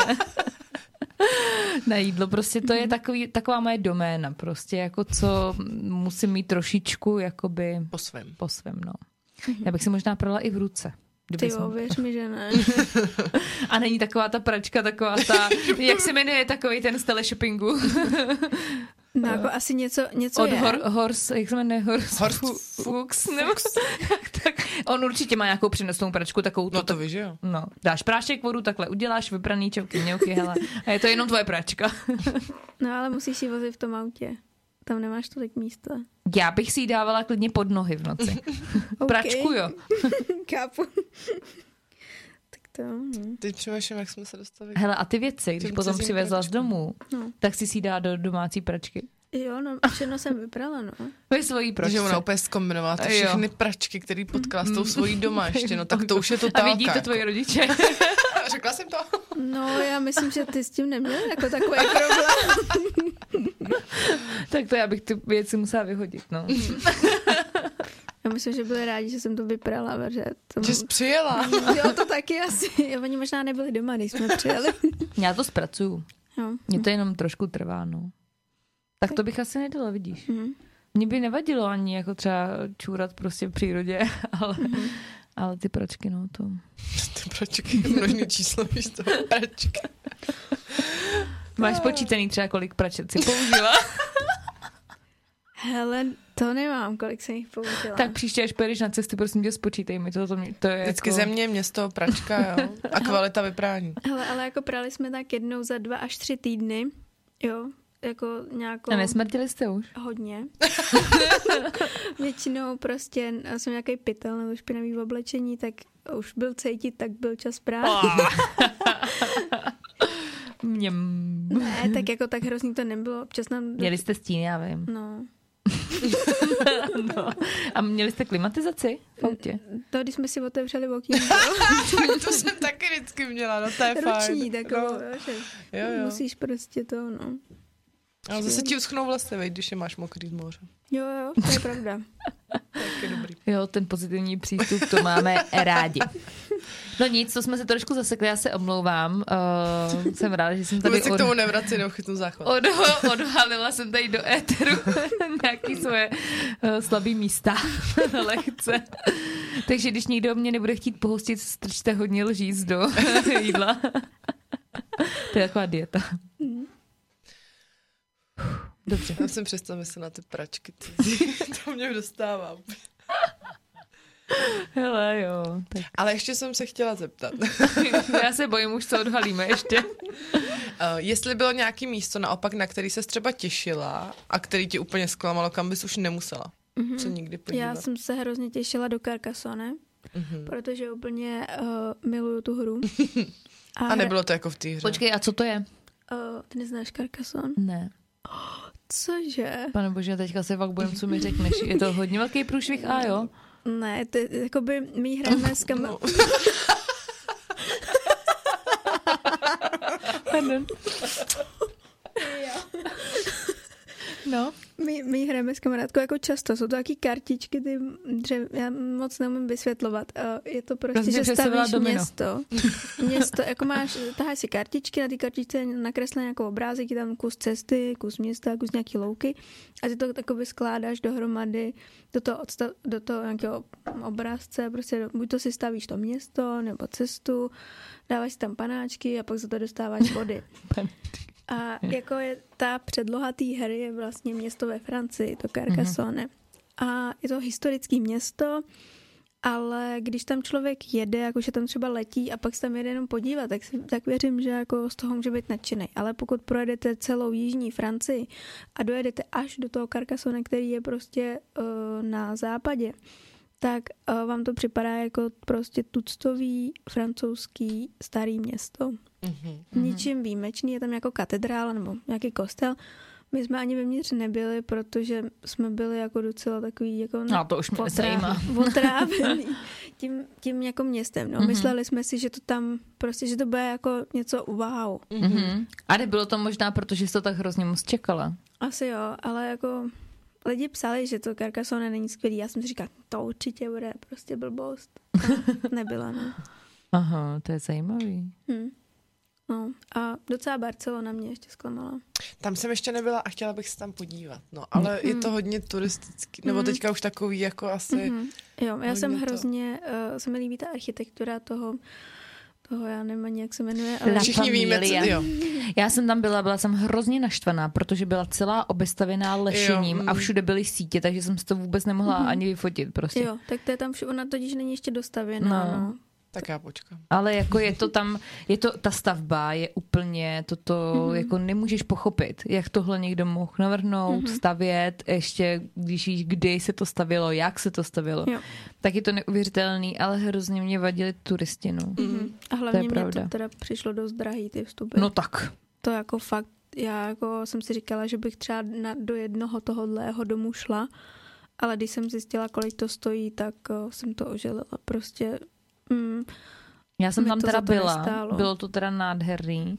Na jídlo, prostě to je takový, taková moje doména, prostě jako co musím mít trošičku jakoby po svém. Po svém, no. Já bych si možná prala i v ruce. Ty jo, věř mi, že ne. A není taková ta pračka, taková ta, jak se jmenuje takový ten z teleshoppingu? No jako asi něco, něco Od je. Hor, Horse, jak se jmenuje? Horse, Horse Fuchs, nebo tak, on určitě má nějakou přenosnou pračku, takovou no to víš, že jo. No, dáš prášek, vodu, takhle uděláš, vypraný čauky, mňauky, hele. A je to jenom tvoje pračka. No ale musíš ji vozit v tom autě. Tam nemáš tolik místa. Já bych si ji dávala klidně pod nohy v noci. Okay. Pračku, jo. Kápu. Tak to... Hm. Teď přemýšlím, jak jsme se dostali. Hele, a ty věci, když potom přivezla z domu, no. tak si si dá do domácí pračky. Jo, no, všechno jsem vyprala, no. Ve svojí pračce. Takže ona úplně zkombinovala ty všechny pračky, který potkala s tou svojí doma ještě, no tak to už je totálka. A vidí to tvoji rodiče. Řekla jsem to. No, já myslím, že ty s tím neměl jako takový problém. Tak to já bych ty věci musela vyhodit, no. Já myslím, že byli rádi, že jsem to vyprala, protože to... Že jsi přijela. Jo, to taky asi. Oni možná nebyli doma, když jsme přijeli. Já to zpracuju. Jo. Mně to jenom trošku trvá, no. Tak to bych asi nedala, vidíš. Mm. Mně by nevadilo ani jako třeba čůrat prostě v přírodě, ale, mm. ale ty pračky, no to... Ty pračky, množný číslo, víš to, pračky. Máš počítaný třeba, kolik praček si použila? Hele, to nemám, kolik jsem jich použila. Tak příště, až pojedeš na cesty, prosím tě, spočítej mi to. To, to je Vždycky jako... země, město, pračka, jo. A kvalita vyprání. Hele, ale jako prali jsme tak jednou za dva až tři týdny, jo. Jako nějakou... A nesmrtili jste už? Hodně. Většinou prostě jsem nějaký pytel nebo špinavý v oblečení, tak už byl cítit, tak byl čas prát. Mněm. Ne, tak jako tak hrozný to nebylo. Občas nám... Měli jste stín, já vím. No. No. A měli jste klimatizaci v autě? To, když jsme si otevřeli okýnko. To jsem taky vždycky měla, no to je fajn. Ruční takovou, no. že jo, jo. musíš prostě to, no. Ale zase ti uschnou vlasy, veď, když je máš mokrý z moře. Jo, jo, to je pravda. Tak je dobrý. Jo, ten pozitivní přístup, to máme rádi. No nic, to jsme se trošku zasekli, já se omlouvám. Uh, jsem ráda, že jsem tady... Vůbec se k tomu nevrací, nebo chytnu záchvat. Od, odhalila jsem tady do éteru nějaký svoje uh, slabý místa. Lehce. Takže když někdo mě nebude chtít pohostit, strčte hodně lžíc do jídla. To je taková dieta. Dobře. Já jsem přestala myslet na ty pračky. To mě dostává. Hele, jo. Tak. Ale ještě jsem se chtěla zeptat. Já se bojím už, co odhalíme ještě. Uh, jestli bylo nějaké místo naopak, na který ses třeba těšila a který ti úplně zklamalo, kam bys už nemusela mm-hmm. se nikdy podívat. Já jsem se hrozně těšila do Carcassonne, mm-hmm. protože úplně uh, miluju tu hru. A, a nebylo to jako v té hře. Počkej, a co to je? Uh, ty neznáš Carcassonne? Ne. Oh, cože? Pane bože, teďka se fakt bojím, co mi řekneš. Je to hodně velký průšvih, a jo? Ne, ty, jakoby my hrajeme s kamarádkou. Pardon. No. My, my hrajeme s kamarádkou jako často. Jsou to taky kartičky, ty dřev, já moc neumím vysvětlovat. Je to prostě, Rozumím, že stavíš domino. město. Město, jako máš, taháš si kartičky, na ty kartičce je nakreslený nějakou obrázek, je tam kus cesty, kus města, kus nějaký louky a ty to takoby skládáš dohromady do toho, odstav, do toho nějakého obrázce, prostě buď to si stavíš to město, nebo cestu, dáváš si tam panáčky a pak za to dostáváš body. A jako je ta předloha té hry je vlastně město ve Francii, to Carcassonne. Mm-hmm. A je to historické město, ale když tam člověk jede, jakože tam třeba letí a pak se tam jede jenom podívat, tak, si, tak věřím, že jako z toho může být nadšenej. Ale pokud projedete celou jižní Francii a dojedete až do toho Carcassonne, který je prostě uh, na západě, tak uh, vám to připadá jako prostě tuctový francouzský starý město. Mm-hmm. Ničím výjimečný, je tam jako katedrála nebo nějaký kostel. My jsme ani vevnitř nebyli, protože jsme byli jako docela takový jako no, to už mě zajímá. Otrávený tím, tím jako městem. No. Mm-hmm. Mysleli jsme si, že to tam prostě, že to bude jako něco wow. Mm-hmm. A nebylo to možná, protože jsi to tak hrozně moc čekala? Asi jo, ale jako lidi psali, že to Carcassonne není skvělý. Já jsem si říkala, to určitě bude prostě blbost. A nebyla, no. Aha, to je zajímavý. Hmm. No a docela Barcelona mě ještě zklamala. Tam jsem ještě nebyla a chtěla bych se tam podívat, no, ale mm. je to hodně turistický, nebo mm. teďka už takový jako asi... Mm-hmm. Jo, já jsem hrozně, uh, se mi líbí ta architektura toho, toho, já nevím ani, jak se jmenuje, ale... Všichni víme, co, jo. Já jsem tam byla, byla jsem hrozně naštvaná, protože byla celá obestavěná lešením jo, mm. a všude byly sítě, takže jsem si to vůbec nemohla mm-hmm. ani vyfotit prostě. Jo, tak to je tam všude, ona totiž není ještě dostavěná, no. no. Tak já počkám. Ale jako je to tam, je to, ta stavba je úplně, toto mm-hmm. jako nemůžeš pochopit, jak tohle někdo mohl navrhnout, mm-hmm. stavět, ještě když víš, kdy se to stavělo, jak se to stavělo. Jo. Tak je to neuvěřitelný, ale hrozně mě vadili turisti, no. Mm-hmm. A hlavně to mě to teda přišlo dost drahý, ty vstupy. No tak. To jako fakt, já jako jsem si říkala, že bych třeba na, do jednoho tohohlého domu šla, ale když jsem zjistila, kolik to stojí, tak uh, jsem to oželila. Prostě Mm, já jsem tam teda byla, nestálo. Bylo to teda nádherný,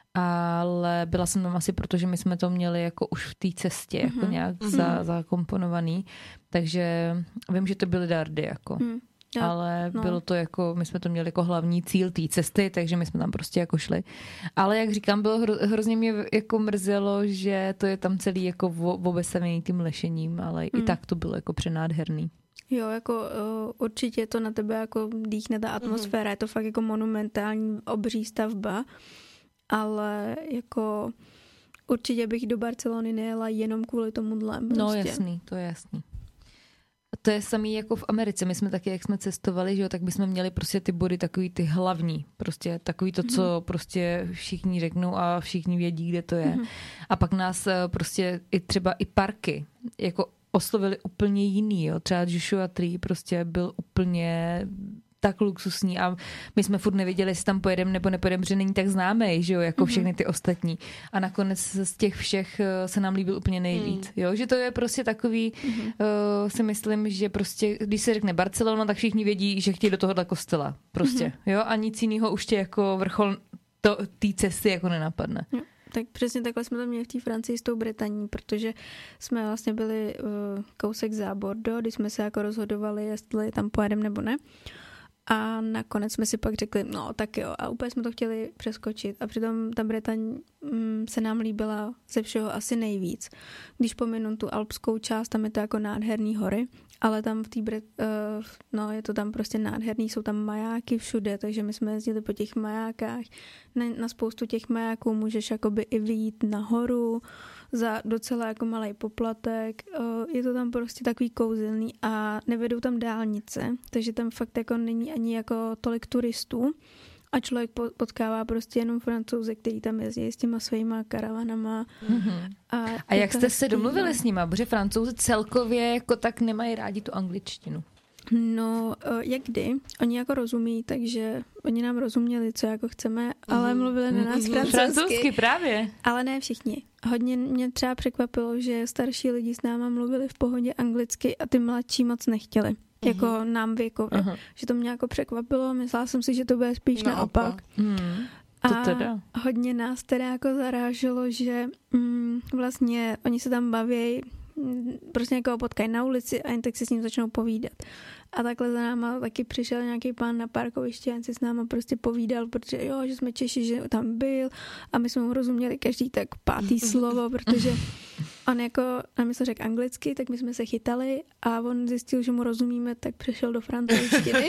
ale byla jsem tam asi proto, že my jsme to měli jako už v té cestě, mm-hmm. jako nějak mm-hmm. za, zakomponovaný, takže vím, že to byly dardy, jako. Mm, já, ale no. bylo to jako, my jsme to měli jako hlavní cíl té cesty, takže my jsme tam prostě jako šli. Ale jak říkám, bylo hro, hrozně mě jako mrzelo, že to je tam celý jako obestavený tím lešením, ale mm. i tak to bylo jako přenádherný. Jo, jako uh, určitě to na tebe jako dýchne ta atmosféra, mm-hmm. je to fakt jako monumentální obří stavba, ale jako určitě bych do Barcelony nejela jenom kvůli tomuhle. Prostě. No jasný, to je jasný. A to je samý jako v Americe, my jsme taky, jak jsme cestovali, že jo, tak bychom měli prostě ty body takový ty hlavní, prostě takový to, co mm-hmm. prostě všichni řeknou a všichni vědí, kde to je. Mm-hmm. A pak nás prostě i třeba i parky, jako oslovili úplně jiný, jo. Třeba Joshua Tree prostě byl úplně tak luxusní a my jsme furt nevěděli, jestli tam pojedeme nebo nepojedeme, protože není tak známý, že jo, jako všechny ty ostatní. A nakonec z těch všech se nám líbil úplně nejvíc, jo, že to je prostě takový, mm-hmm. uh, si myslím, že prostě, když se řekne Barcelona, tak všichni vědí, že chtějí do tohohle kostela, prostě, mm-hmm. jo, a nic jiného už tě jako vrchol té cesty jako nenapadne. Mm. Tak přesně takhle jsme to měli v té Francii s tou Bretaní, protože jsme vlastně byli uh, kousek za Bordeaux, když jsme se jako rozhodovali, jestli tam pojedeme nebo ne. A nakonec jsme si pak řekli, no tak jo, a úplně jsme to chtěli přeskočit. A přitom ta Bretaň mm, se nám líbila ze všeho asi nejvíc. Když pominu tu alpskou část, tam je to jako nádherný hory, ale tam v té Bret, uh, no je to tam prostě nádherný, jsou tam majáky všude, takže my jsme jezdili po těch majákách. Na, na spoustu těch majáků můžeš jakoby i vyjít nahoru za docela jako malej poplatek. Uh, je to tam prostě takový kouzelný a nevedou tam dálnice, takže tam fakt jako není ani jako tolik turistů a člověk potkává prostě jenom Francouze, který tam jezdí s těma svýma karavanama. Mm-hmm. A, a jak jste se domluvili s nima? Protože Francouzi celkově jako tak nemají rádi tu angličtinu. No, jak kdy? Oni jako rozumí, takže oni nám rozuměli, co jako chceme, ale mluvili na nás francouzsky. Francouzsky právě. Ale ne všichni. Hodně mě třeba překvapilo, že starší lidi s náma mluvili v pohodě anglicky a ty mladší moc nechtěli. Uh-huh. Jako nám věkově. Uh-huh. Že to mě jako překvapilo. Myslela jsem si, že to bude spíš naopak. naopak. Hmm. To teda. A hodně nás teda jako zaráželo, že mm, vlastně oni se tam baví, prostě někoho potkají na ulici a jen tak si s ním začnou povídat. A takhle za náma taky přišel nějaký pán na parkovišti a si s náma prostě povídal, protože jo, že jsme Češi, že tam byl a my jsme mu rozuměli každý tak pátý slovo, protože on jako nám se řekl anglicky, tak my jsme se chytali a on zjistil, že mu rozumíme, tak přešel do francouzštiny.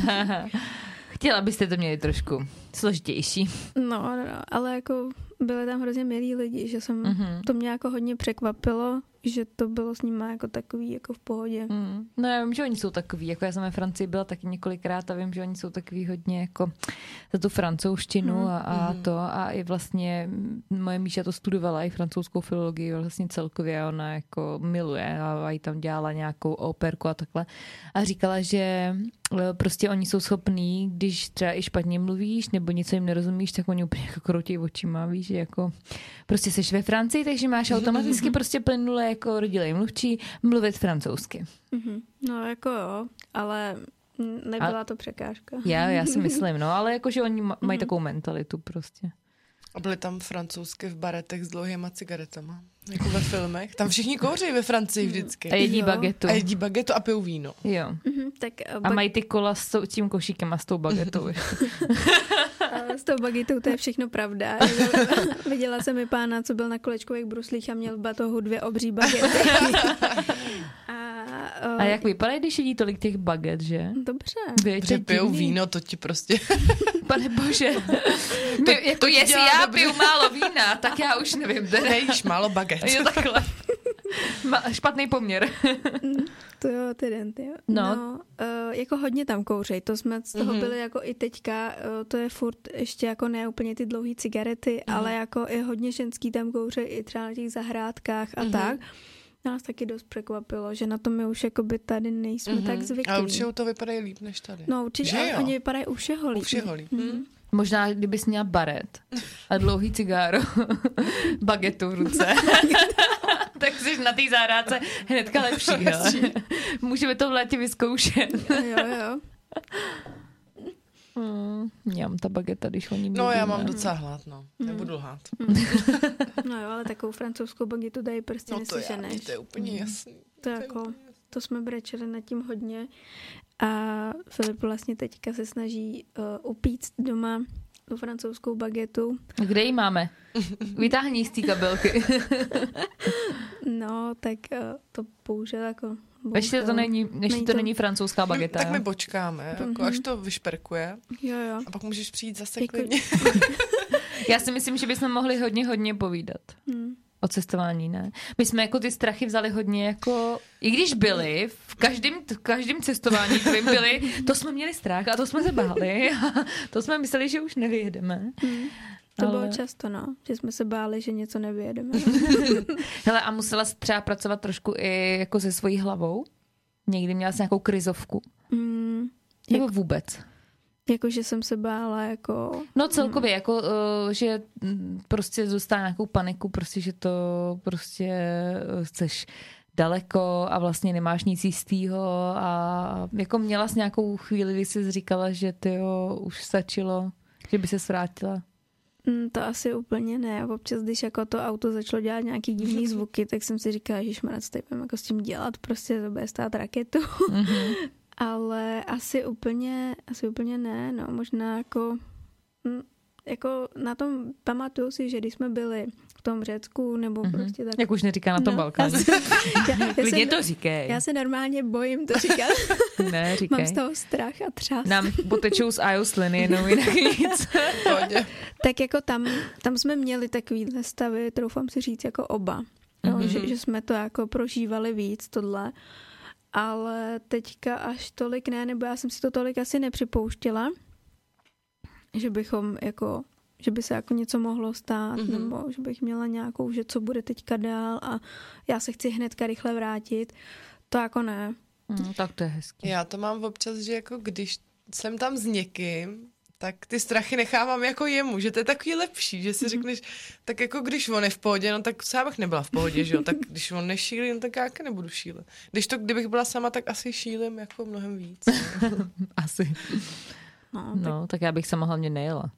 Chtěla byste to měli trošku složitější. No, no, no, ale jako byli tam hrozně milí lidi, že jsem, mm-hmm. to mě jako hodně překvapilo, že to bylo s nimi jako takový jako v pohodě. Mm. No já vím, že oni jsou takový, jako já jsem ve Francii byla taky několikrát a vím, že oni jsou takový hodně jako za tu francouzštinu mm. a, a mm. to a i vlastně moje Míša to studovala i francouzskou filologii vlastně celkově a ona jako miluje a, a i tam dělala nějakou operku a takhle a říkala, že prostě oni jsou schopní, když třeba i špatně mluvíš nebo něco jim nerozumíš, tak oni úplně jako kroutí očima, víš, že jako prostě seš ve Francii, takže máš automaticky prostě plynule jako rodilej mluvčí mluvit francouzsky. Mm-hmm. No jako jo, ale nebyla a to překážka. Já, já si myslím, no, ale jakože oni mají mm-hmm. takovou mentalitu prostě. A byly tam francouzsky v baretech s dlouhýma cigaretama. Jako ve filmech. Tam všichni kouří ve Francii vždycky. A jedí bagetu. A jedí bagetu a pijou víno. Jo. Mm-hmm, tak, uh, a mají ty kola s tím košíkem a s tou bagetou. S tou bagetou to je všechno pravda. Viděla jsem i pána, co byl na kolečkových bruslích a měl v batohu dvě obří bagety. a, uh, a jak vypadají, když jedí tolik těch baget, že? Dobře. Protože pijou víno, to ti prostě... Pane bože. to, My, jako to jestli já dobře. Piju málo vína, tak já už nevím. Nejíš málo baget. Jo, takhle. Špatný poměr. To jo, tedy, jo. No. no uh, jako hodně tam kouřej, to jsme z toho mm-hmm. byli jako i teďka, uh, to je furt ještě jako ne úplně ty dlouhý cigarety, mm-hmm. ale jako i hodně ženský tam kouřej i třeba na těch zahrádkách a mm-hmm. tak. Nás taky dost překvapilo, že na to my už jakoby tady nejsme mm-hmm. tak zvyklí. A určitě to vypadají líp než tady. No určitě, ale oni vypadají u všeho líp. U všeho líp. Mm-hmm. Možná, kdybys měla baret a dlouhý cigáro, bagetu v ruce, tak jsi na té zahrádce hnedka lepší. Můžeme to v létě vyzkoušet. jo, jo. Hmm, já mám ta bageta, když oni No, já mám docela hlad, no. Mm. Nebudu lhát. Mm. No jo, ale takovou francouzskou bagetu dají prostě no, neseženeš. No to je úplně jasný. To, to jako, to jsme brečeli nad tím hodně. A Filip vlastně teďka se snaží uh, upíct doma tu francouzskou bagetu. Kde ji máme? Vytáhni z té kabelky. No, tak uh, to bohužel jako... Ještě to není, ještě to, to není francouzská bageta. No, tak my počkáme, mm-hmm. jako až to vyšperkuje. Jo, jo. A pak můžeš přijít zase jako... klidně. Já si myslím, že bychom mohli hodně, hodně povídat. Hmm. O cestování, ne? My jsme jako ty strachy vzali hodně jako, i když byli, v každém, v každém cestování, kterým byli, to jsme měli strach a to jsme se báli a to jsme mysleli, že už nevyjedeme. Hmm. To ale... bylo často, no, že jsme se báli, že něco nevyjedeme. Hele, a musela jsi třeba pracovat trošku i jako se svojí hlavou? Někdy měla jsi nějakou krizovku? Hmm. Nebo Jak... vůbec? Jako, že jsem se bála, jako... No celkově, jako, uh, že prostě dostala nějakou paniku, prostě, že to prostě chceš daleko a vlastně nemáš nic jistýho a jako měla jsi nějakou chvíli, kdy jsi říkala, že tyjo, už stačilo, že by se vrátila. Mm, to asi úplně ne. Občas, když jako to auto začalo dělat nějaký divný zvuky, tak jsem si říkala, ježišmarja, co tady budeme jako s tím dělat, prostě to bude stát raketu. Mm-hmm. Ale asi úplně, asi úplně ne, no, možná jako, jako na tom pamatuju si, že když jsme byli v tom Řecku, nebo mm-hmm. prostě tak. Jak už neříká na tom no, Balkáně. Klidně to říkej. Já se normálně bojím to říkat. Ne, říkej. Mám z toho strach a třás. Nám potečou z iO sliny, jenom jinak nic. Tak jako tam, tam jsme měli takovýhle stavy, troufám si říct, jako oba. Jo, mm-hmm. že, že jsme to jako prožívali víc, tohle. Ale teďka až tolik ne, nebo já jsem si to tolik asi nepřipouštěla, že bychom jako, že by se jako něco mohlo stát, mm-hmm. nebo že bych měla nějakou, že co bude teďka dál a já se chci hnedka rychle vrátit. To jako ne. Mm, tak to je hezký. Já to mám občas, že jako když jsem tam s někým, tak ty strachy nechávám jako jemu, že to je takový lepší, že si mm-hmm. řekneš, tak jako když on je v pohodě, no tak já bych nebyla v pohodě, že jo, tak když on nešílí, no tak já taky nebudu šílet. Když to, kdybych byla sama, tak asi šílím jako mnohem víc. asi. No no, tak... tak já bych sama hlavně nejela.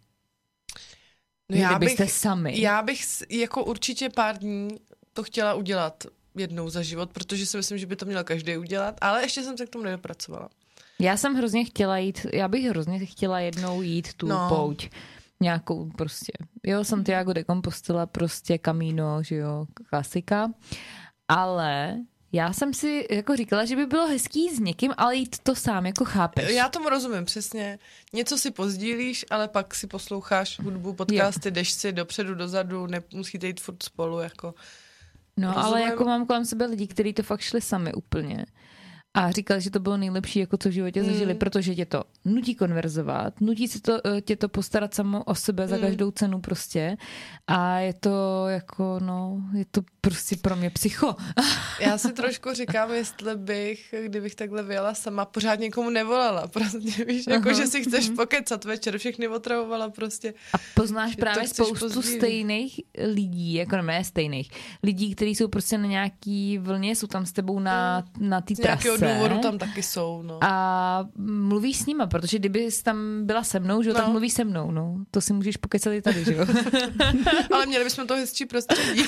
No já bych, sami. Já bych jako určitě pár dní to chtěla udělat jednou za život, protože si myslím, že by to měl každý udělat, ale ještě jsem se k tomu nedopracovala. Já jsem hrozně chtěla jít, já bych hrozně chtěla jednou jít tu no. pouť. Nějakou prostě. Jo, Santiago de Compostela, prostě Camino, že jo, klasika. Ale já jsem si jako říkala, že by bylo hezký s někým, ale jít to sám, jako chápeš. Já tomu rozumím, přesně. Něco si pozdílíš, ale pak si posloucháš hudbu, podcasty, jo. jdeš si dopředu, dozadu, nemusíte jít furt spolu, jako. No, rozumím. Ale jako mám kolem sebe lidi, kteří to fakt šli sami úplně. A říkali, že to bylo nejlepší, jako co v životě zažili, mm. protože tě to nutí konverzovat, nutí se to, tě to postarat samo o sebe mm. za každou cenu prostě. A je to jako, no, je to prostě pro mě psycho. Já si trošku říkám, jestli bych, kdybych takhle vyjela sama, pořád někomu nevolala. Prostě víš, jako, uh-huh. že si chceš pokecat večer, všechny otravovala prostě. A poznáš právě spoustu pozdílit. Stejných lidí, jako ne stejných, lidí, kteří jsou prostě na nějaký vlně, jsou tam s tebou na, na té trase. Důvodu tam taky jsou, no. A mluvíš s nima, protože kdyby jsi tam byla se mnou, že jo, no. tak mluvíš se mnou, no. To si můžeš pokecat i tady, že jo. Ale měli bychom to hezčí prostředí.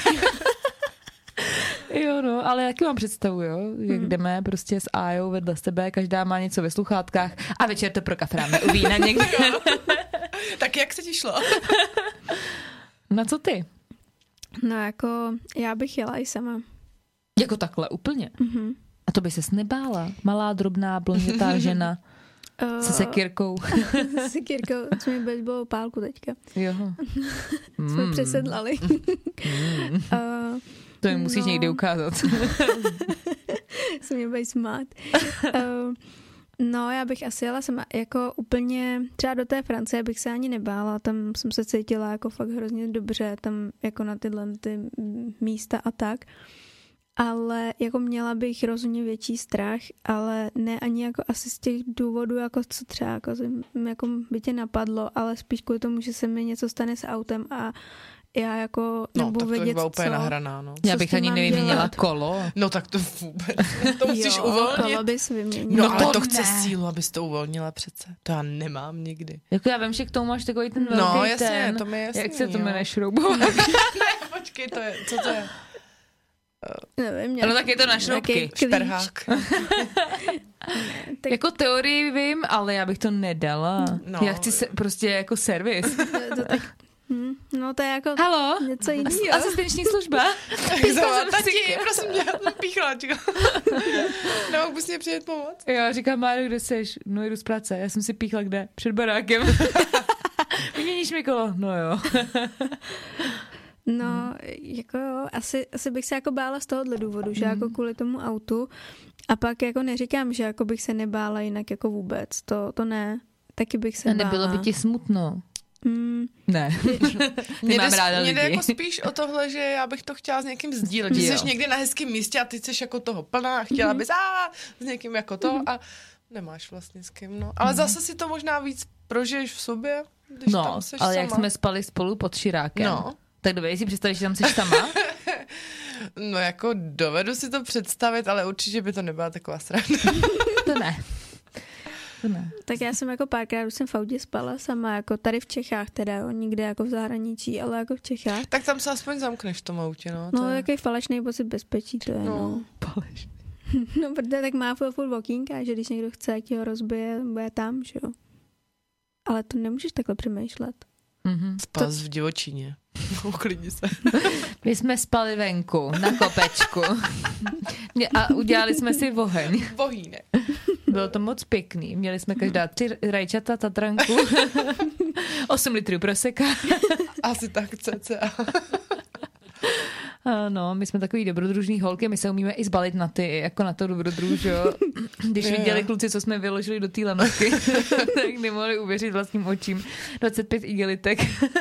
Jo, no, ale jaký mám představu, jo, jak hmm. jdeme prostě s Ájou vedle sebe, každá má něco ve sluchátkách a večer to prokafráme u vína někde. Tak jak se ti šlo? Na co ty? No jako, já bych jela i sama. Jako takhle, úplně? Mhm. A to by ses nebála? Malá, drobná, blondětá žena uh, se sekírkou. Se sekírkou, jsme mi baseballovou pálku teďka. Jo. Jsme mm. přesedlali. Mm. uh, to mi musíš no. někdy ukázat. Se mě baví smát. Uh, no, já bych asi jela sama, jako úplně, třeba do té Francie bych se ani nebála, tam jsem se cítila jako fakt hrozně dobře, tam jako na tyhle ty místa a tak. Ale jako měla bych rozhodně větší strach, ale ne ani jako asi z těch důvodů, jako co třeba jako, jako by tě napadlo, ale spíš kvůli tomu, že se mi něco stane s autem a já jako no, nebudu vědět, co. No, tak to úplně nahraná, no. Já bych ani nevyměnila kolo. No, tak to vůbec. To musíš jo, uvolnit. kolo bys vyměnila. No, ale to to ne. chce sílu, abys to uvolnila přece. To já nemám nikdy. Jako já vím, že k tomu máš takový ten velký no, jasně, ten. To mi jasný, jak se to jo. jmenuje, šroubovat? Ne, počkej, to je, co to je? Nevím, no tak je to na šroubky. Šperhák. tak... Jako teorii vím, ale já bych to nedala. No. Já chci se, prostě jako servis. to, to tak... Hmm, no to je jako Halo? něco jiného. As- asistenční služba? Píchla tati, prosím tě, píchláčka. Nemohl bys mě přijet pomoct? Jo, říkám, Máro, kde seš? No jdu z práce. Já jsem si píchla kde? Před barákem. Vyměníš mi kolo? No jo. No, hmm. jako jo, asi, asi bych se jako bála z tohohle důvodu, že hmm. jako kvůli tomu autu a pak jako neříkám, že jako bych se nebála jinak jako vůbec, to, to ne, taky bych se a bála. nebylo by ti smutno? Mm. Ne, nemám ráda lidi. Mně jde jako spíš o tohle, že já bych to chtěla s někým sdílet, že jsi někde na hezkém místě a ty jsi jako toho plná a chtěla bys a s někým jako to a nemáš vlastně s kým, no. Ale mm. zase si to možná víc prožiješ v sobě, když no, tam seš ale sama. Jak jsme spali spolu pod širákem, no. tak dovedeš si představit, že tam seš sama? No jako dovedu si to představit, ale určitě by to nebyla taková sranda. To ne. To ne. Tak já jsem jako párkrát už jsem v autě spala sama, jako tady v Čechách teda, jo, nikde jako v zahraničí, ale jako v Čechách. Tak tam se aspoň zamkneš v tom autě, no. No, je... takový falešný pocit bezpečí to je, no. no. Falešný. No, protože tak má furt okýnka, že když někdo chce, ať ho rozbije, bude tam, že jo. Ale to nemůžeš takhle přemýšlet. Mm-hmm. Spal to... v divočině. Uklidni se. My jsme spali venku, na kopečku. A udělali jsme si oheň. Bohýnek. Bylo to moc pěkný. Měli jsme každá tři rajčata, tatranku, osm litrů proseka. Asi tak cca. No, my jsme takový dobrodružný holky, my se umíme i zbalit na ty, jako na to dobrodruž, jo. Když viděli kluci, co jsme vyložili do té lanovky, tak nemohli uvěřit vlastním očím. dvacet pět igelitek.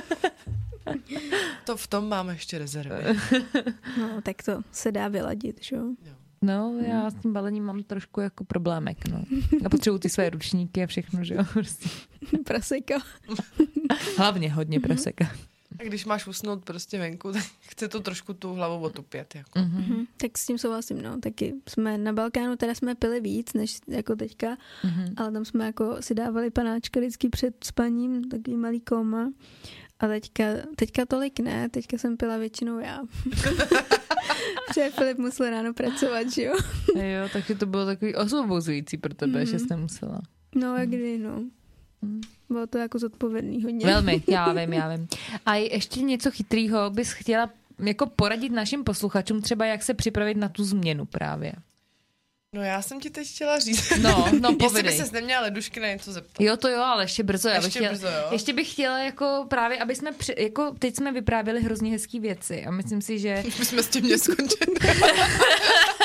To v tom máme ještě rezervy. No, tak to se dá vyladit, že jo? No, já s tím balením mám trošku jako problémek, no. Já potřebuji ty své ručníky a všechno, že jo. Prostě. Praseka. Hlavně hodně praseka. A když máš usnout prostě venku, tak chce to trošku tu hlavu otupět. Jako. Mm-hmm. Tak s tím souhlasím, no. Taky jsme na Balkánu, teda jsme pili víc, než jako teďka, mm-hmm. ale tam jsme jako si dávali panáčka vždycky před spaním, takový malý koma. A teďka, teďka tolik ne, teďka jsem pila většinou já. Protože Filip musel ráno pracovat, že jo? Jo, takže to bylo takový osvobozující pro tebe, mm-hmm. že jsi nemusela. No a kdy, no. Bylo to jako zodpovědný hodně. Velmi, já vím, já vím. A ještě něco chytrýho bys chtěla jako poradit našim posluchačům, třeba jak se připravit na tu změnu právě. No já jsem ti teď chtěla říct. No, no povidej. Jestli by ses neměla ledušky na něco zeptat. Jo, to jo, ale ještě brzo. Já ještě bych chtěla, brzo, jo. Ještě bych chtěla jako právě, aby jsme, při, jako teď jsme vyprávěli hrozně hezký věci a myslím si, že... Už bychom s tím neskončili.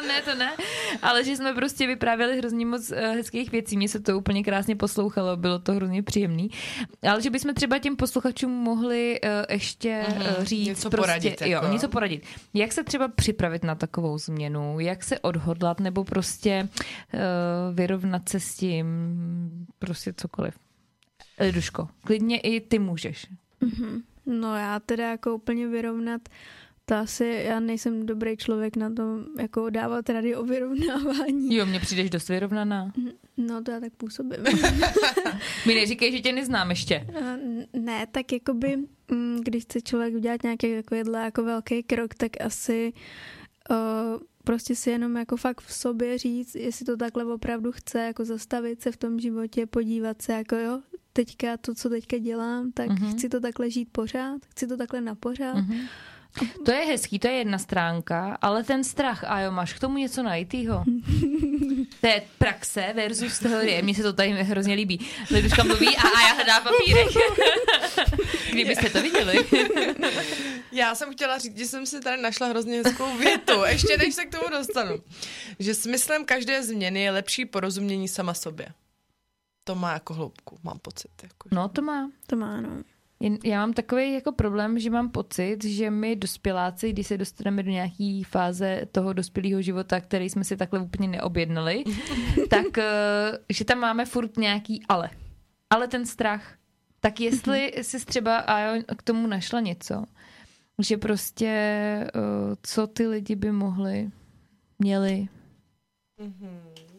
ne, to ne, ale že jsme prostě vyprávěli hrozně moc uh, hezkých věcí, mně se to úplně krásně poslouchalo, bylo to hrozně příjemný, ale že bychom třeba těm posluchačům mohli uh, ještě uh, říct něco prostě, poradit, jako. jo, něco poradit. Jak se třeba připravit na takovou změnu, jak se odhodlat, nebo prostě uh, vyrovnat se s tím, prostě cokoliv. Liduško, klidně i ty můžeš. Mm-hmm. No já teda jako úplně vyrovnat, to asi já nejsem dobrý člověk na tom, jako dávat rady o vyrovnávání. Jo, mně přijdeš dost vyrovnaná. No to já tak působím. Mi neříkej, že tě neznám ještě. Ne, tak jakoby, když chce člověk udělat nějaký takovýhle jako velký krok, tak asi uh, prostě si jenom jako fakt v sobě říct, jestli to takhle opravdu chce, jako zastavit se v tom životě, podívat se, jako jo, teďka to, co teďka dělám, tak uh-huh. chci to takhle žít pořád, chci to takhle na pořád. Uh-huh. To je hezký, to je jedna stránka, ale ten strach, a jo, máš k tomu něco najítýho? To je praxe versus teorie, mně se to tady hrozně líbí. Liduška mluví a, a já hledám papírek. Kdybyste to viděli. Já jsem chtěla říct, že jsem si tady našla hrozně hezkou větu, ještě než se k tomu dostanu. Že smyslem každé změny je lepší porozumění sama sobě. To má jako hloubku, mám pocit. Jako, no to má. To má, no. Já mám takový jako problém, že mám pocit, že my dospěláci, když se dostaneme do nějaké fáze toho dospělého života, který jsme si takhle úplně neobjednali, tak že tam máme furt nějaký ale. Ale ten strach. Tak jestli jsi třeba a k tomu našla něco, že prostě co ty lidi by mohli, měli. Mm-hmm.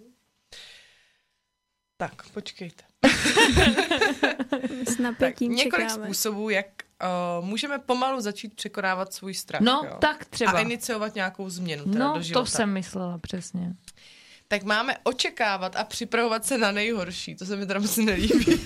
Tak, počkejte. S napětím tak, několik čekáme. způsobů, jak uh, můžeme pomalu začít překonávat svůj strach. No, jo? tak třeba. A iniciovat nějakou změnu teda no, do života. No, to jsem myslela, přesně. Tak máme očekávat a připravovat se na nejhorší. To se mi teda moc nelíbí.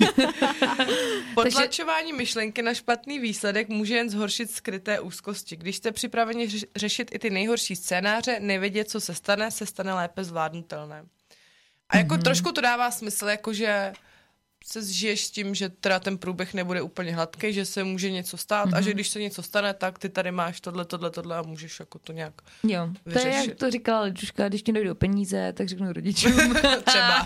Potlačování myšlenky na špatný výsledek může jen zhoršit skryté úzkosti. Když jste připraveni řešit i ty nejhorší scénáře, nevědět, co se stane, se stane lépe zvládnutelné. A jako mm-hmm. trošku to dává smysl, jakože se zžiješ s tím, že teda ten průběh nebude úplně hladký, že se může něco stát mm-hmm. a že když se něco stane, tak ty tady máš tohle, tohle, tohle a můžeš jako to nějak jo, vyřešit. To je, jak to říkala Liduška, když ti dojdou peníze, tak řeknu rodičům. Třeba.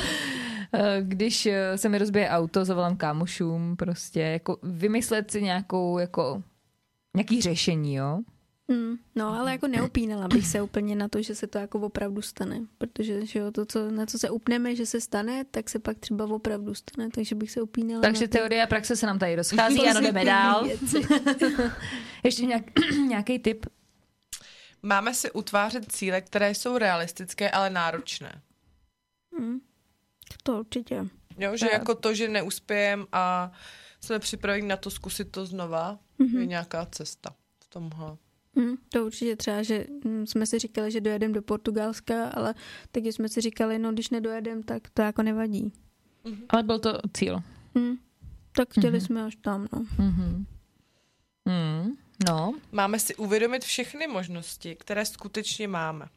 Když se mi rozbije auto, zavolám kámošům, prostě jako vymyslet si nějakou, jako nějaký řešení, jo. Mm, no, ale jako neupínala bych se úplně na to, že se to jako opravdu stane, protože že jo, to, co, na co se upneme, že se stane, tak se pak třeba opravdu stane, takže bych se upínala. Takže teorie a praxe se nám tady rozchází, ano, jdeme dál. Ještě nějak, nějaký tip? Máme si utvářet cíle, které jsou realistické, ale náročné. Mm, to určitě. Jo, že jako to, že neuspějem a jsme připraveni na to zkusit to znova, mm-hmm. je nějaká cesta v tomhle. Hmm, to určitě třeba, že hm, jsme si říkali, že dojedeme do Portugalska, ale taky jsme si říkali, no když nedojedeme, tak to jako nevadí. Mm-hmm. Ale byl to cíl. Hmm, tak chtěli mm-hmm. jsme až tam, no. Mm-hmm. Mm, no. Máme si uvědomit všechny možnosti, které skutečně máme.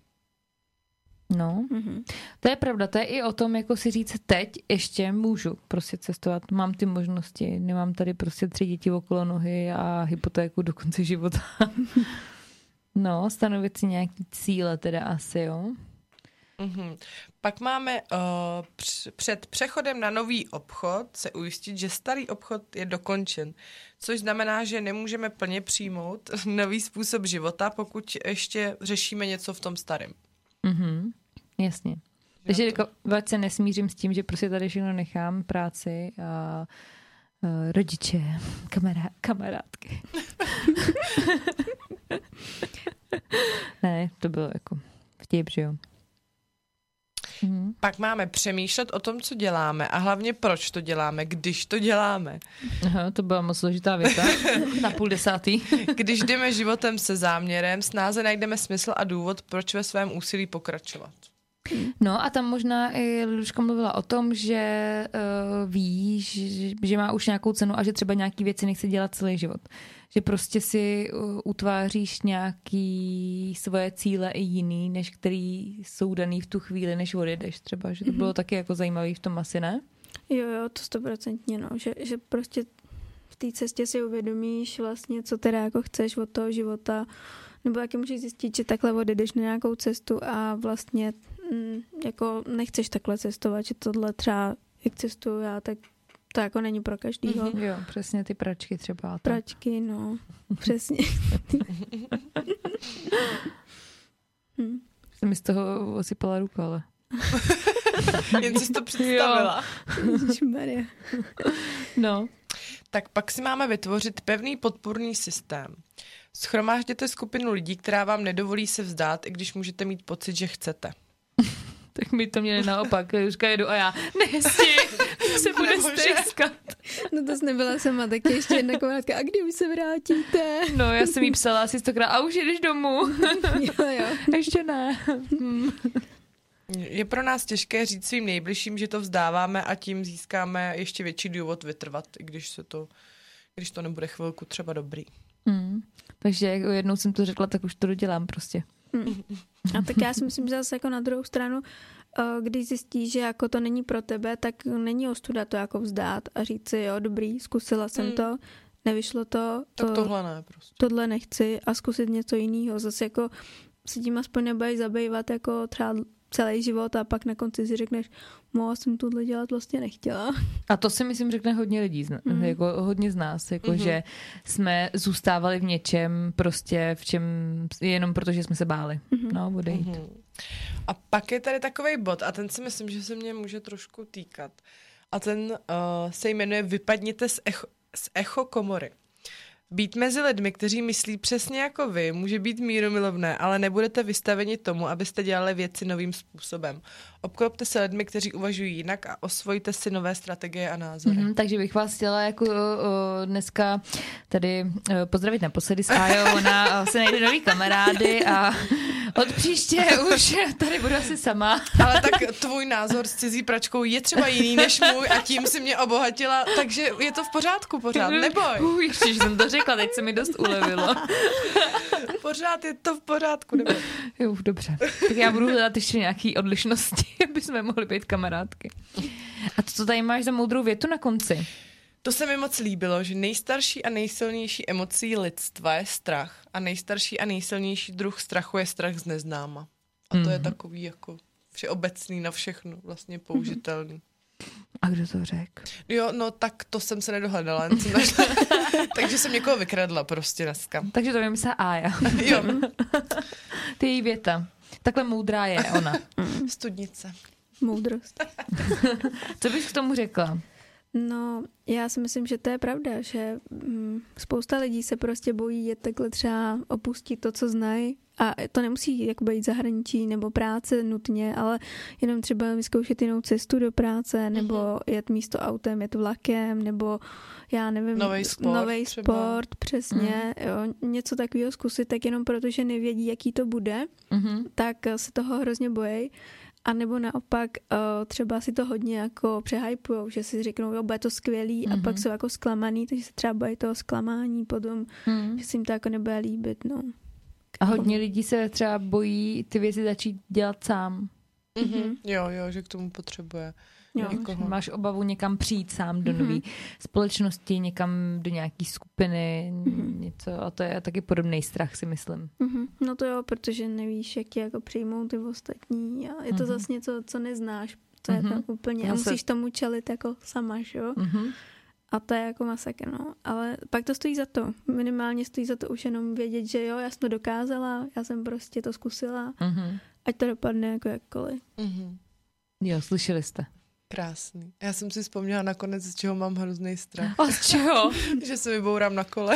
No, mm-hmm. To je pravda, to je i o tom, jako si říct, teď ještě můžu prostě cestovat, mám ty možnosti, nemám tady prostě tři děti okolo nohy a hypotéku do konce života. No, stanovit si nějaký cíle teda asi, jo. Mm-hmm. Pak máme uh, př- před přechodem na nový obchod se ujistit, že starý obchod je dokončen, což znamená, že nemůžeme plně přijmout nový způsob života, pokud ještě řešíme něco v tom starém. Mhm, jasně. Takže jako, se nesmířím s tím, že prostě tady všechno nechám, práci a uh, rodiče, kamará, kamarádky. Ne, to bylo jako vtip, že jo. Mhm. Pak máme přemýšlet o tom, co děláme a hlavně proč to děláme, když to děláme. Aha, to byla moc složitá věta. Na půl desátý. Když jdeme životem se záměrem, snáze najdeme smysl a důvod, proč ve svém úsilí pokračovat. No a tam možná i Liduška mluvila o tom, že uh, ví, že, že má už nějakou cenu a že třeba nějaký věci nechce dělat celý život. Že prostě si uh, utváříš nějaký svoje cíle i jiný, než který jsou daný v tu chvíli, než odjedeš třeba. Že to bylo taky jako zajímavý v tom asi, ne? Jo, jo, to stoprocentně, no. Že, že prostě v té cestě si uvědomíš vlastně, co teda jako chceš od toho života, nebo taky můžeš zjistit, že takhle odejdeš na nějakou cestu a vlastně mm, jako nechceš takhle cestovat, že tohle třeba, jak cestuju já, tak to jako není pro každýho. Mm-hmm. Jo, přesně ty pračky třeba. To. Pračky, no, přesně. hm. Jsem mi z toho osypala ruku, ale... Jen jsi to představila. Ježišmarja. No. Tak pak si máme vytvořit pevný podpůrný systém. Shromážděte skupinu lidí, která vám nedovolí se vzdát, i když můžete mít pocit, že chcete. Tak my to měli naopak. Južka jedu a já nehsti, se bude stejskat. No to jsi nebyla sama, tak ještě jedna kamarádka. A kdy už se vrátíte? No já jsem jí psala asi stokrát. A už jdeš domů? Jo, jo. Ještě ne. Hmm. Je pro nás těžké říct svým nejbližším, že to vzdáváme a tím získáme ještě větší důvod vytrvat, i když se to, když to nebude chvilku třeba dobrý. Hmm. Takže jako jednou jsem to řekla, tak už to dodělám prostě. Hmm. A tak já si myslím, že zase jako na druhou stranu, když zjistíš, že jako to není pro tebe, tak není ostuda to jako vzdát a říct si, jo, dobrý, zkusila jsem hmm. to, nevyšlo to. Tak tohle ne prostě. Tohle nechci a zkusit něco jiného. Zase jako se tím aspoň nebudeš zabývat jako třeba celý život a pak na konci si řekneš, mohla jsem tohle dělat, vlastně nechtěla. A to si myslím řekne hodně lidí, mm. jako hodně z nás, jako mm-hmm. že jsme zůstávali v něčem prostě v čem, jenom protože jsme se báli. Mm-hmm. No, odejít. Mm-hmm. A pak je tady takovej bod a ten si myslím, že se mě může trošku týkat. A ten uh, se jmenuje Vypadněte z echo, z echo komory. Být mezi lidmi, kteří myslí přesně jako vy, může být mírumilovné, ale nebudete vystaveni tomu, abyste dělali věci novým způsobem. Obklopte se lidmi, kteří uvažují jinak a osvojte si nové strategie a názory. Mm-hmm, takže bych vás chtěla jako o, dneska tady o, pozdravit naposledy s Ájou. Ona se najde nový kamarády a od příště už tady budu asi sama. Ale tak tvůj názor s cizí pračkou je třeba jiný než můj a tím si mě obohatila, takže je to v pořádku pořád, neboj. Uj, ještě jsem to řekla, teď se mi dost ulevilo. Pořád je to v pořádku, neboj. Jo, dobře. Tak já budu hledat ještě nějaký odlišnosti, aby jsme mohli být kamarádky. A to, co tady máš za moudrou větu na konci? To se mi moc líbilo, že nejstarší a nejsilnější emocí lidstva je strach a nejstarší a nejsilnější druh strachu je strach z neznáma. A to mm. je takový jako všeobecný na všechno, vlastně použitelný. A kdo to řekl? Jo, no tak to jsem se nedohledala, jen jsem našla. Takže jsem někoho vykradla prostě dneska. Takže to vymyslela Ája. Jo. Ty její věta. Takhle moudrá je ona. Studnice. Moudrost. Co bys k tomu řekla? No, já si myslím, že to je pravda, že hm, spousta lidí se prostě bojí jet takhle třeba opustit to, co znají. A to nemusí jako být zahraničí nebo práce nutně, ale jenom třeba vyzkoušet jinou cestu do práce, nebo mm-hmm. jet místo autem, jet vlakem, nebo já nevím, novej sport, novej sport přesně, mm. jo, něco takového zkusit, tak jenom protože nevědí, jaký to bude, mm-hmm. tak se toho hrozně bojí. A nebo naopak uh, třeba si to hodně jako přehypujou, že si řeknou, jo, bude to skvělý mm-hmm. a pak jsou jako zklamaný, takže se třeba bojí toho zklamání potom, mm. že se jim to jako nebude líbit, no. A hodně lidí se třeba bojí ty věci začít dělat sám. Mm-hmm. Jo, jo, že k tomu potřebuje někoho. Máš obavu někam přijít sám do mm-hmm. nové společnosti, někam do nějaký skupiny, mm-hmm. něco, a to je taky podobný strach, si myslím. Mm-hmm. No to jo, protože nevíš, jak tě jako přijmou ty ostatní a je to mm-hmm. zase něco, co neznáš, to je mm-hmm. to úplně, a musíš tomu čelit jako sama, jo. Mm-hmm. A to je jako masakr, no. Ale pak to stojí za to. Minimálně stojí za to už jenom vědět, že jo, já jsem to dokázala, já jsem prostě to zkusila, mm-hmm. ať to dopadne jako jakkoliv. Mm-hmm. Jo, slyšeli jste. Krásný. Já jsem si vzpomněla nakonec, z čeho mám hrozný strach. A z čeho? Že se vybourám na kole.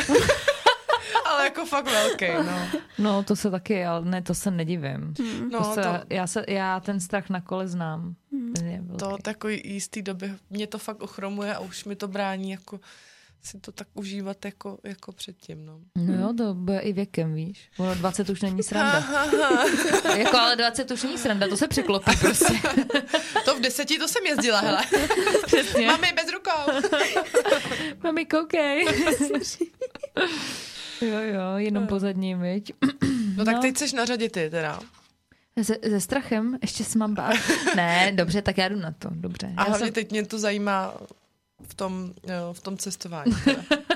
Ale jako fakt velký, no. No, to se taky, ale ne, to se nedivím. Hmm. No, to se, to... Já, se, já ten strach na kole znám. Hmm. To takový jistý době, mě to fakt ochromuje a už mi to brání jako si to tak užívat jako, jako předtím, no. No jo, to bude i věkem, víš. Ono dvacet už není sranda. Jako ale dvacet už není sranda, to se překlopí prostě. To v deseti, to jsem jezdila, hele. Přesně. Mami, bez rukou. Mami, koukej. Jo, jo, jenom pozadní, viď. No tak no. Teď seš na řadě ty, teda. Se, se strachem? Ještě se mám bát. Ne, dobře, tak já jdu na to, dobře. A já hlavně jsem... teď mě to zajímá v tom, jo, v tom cestování.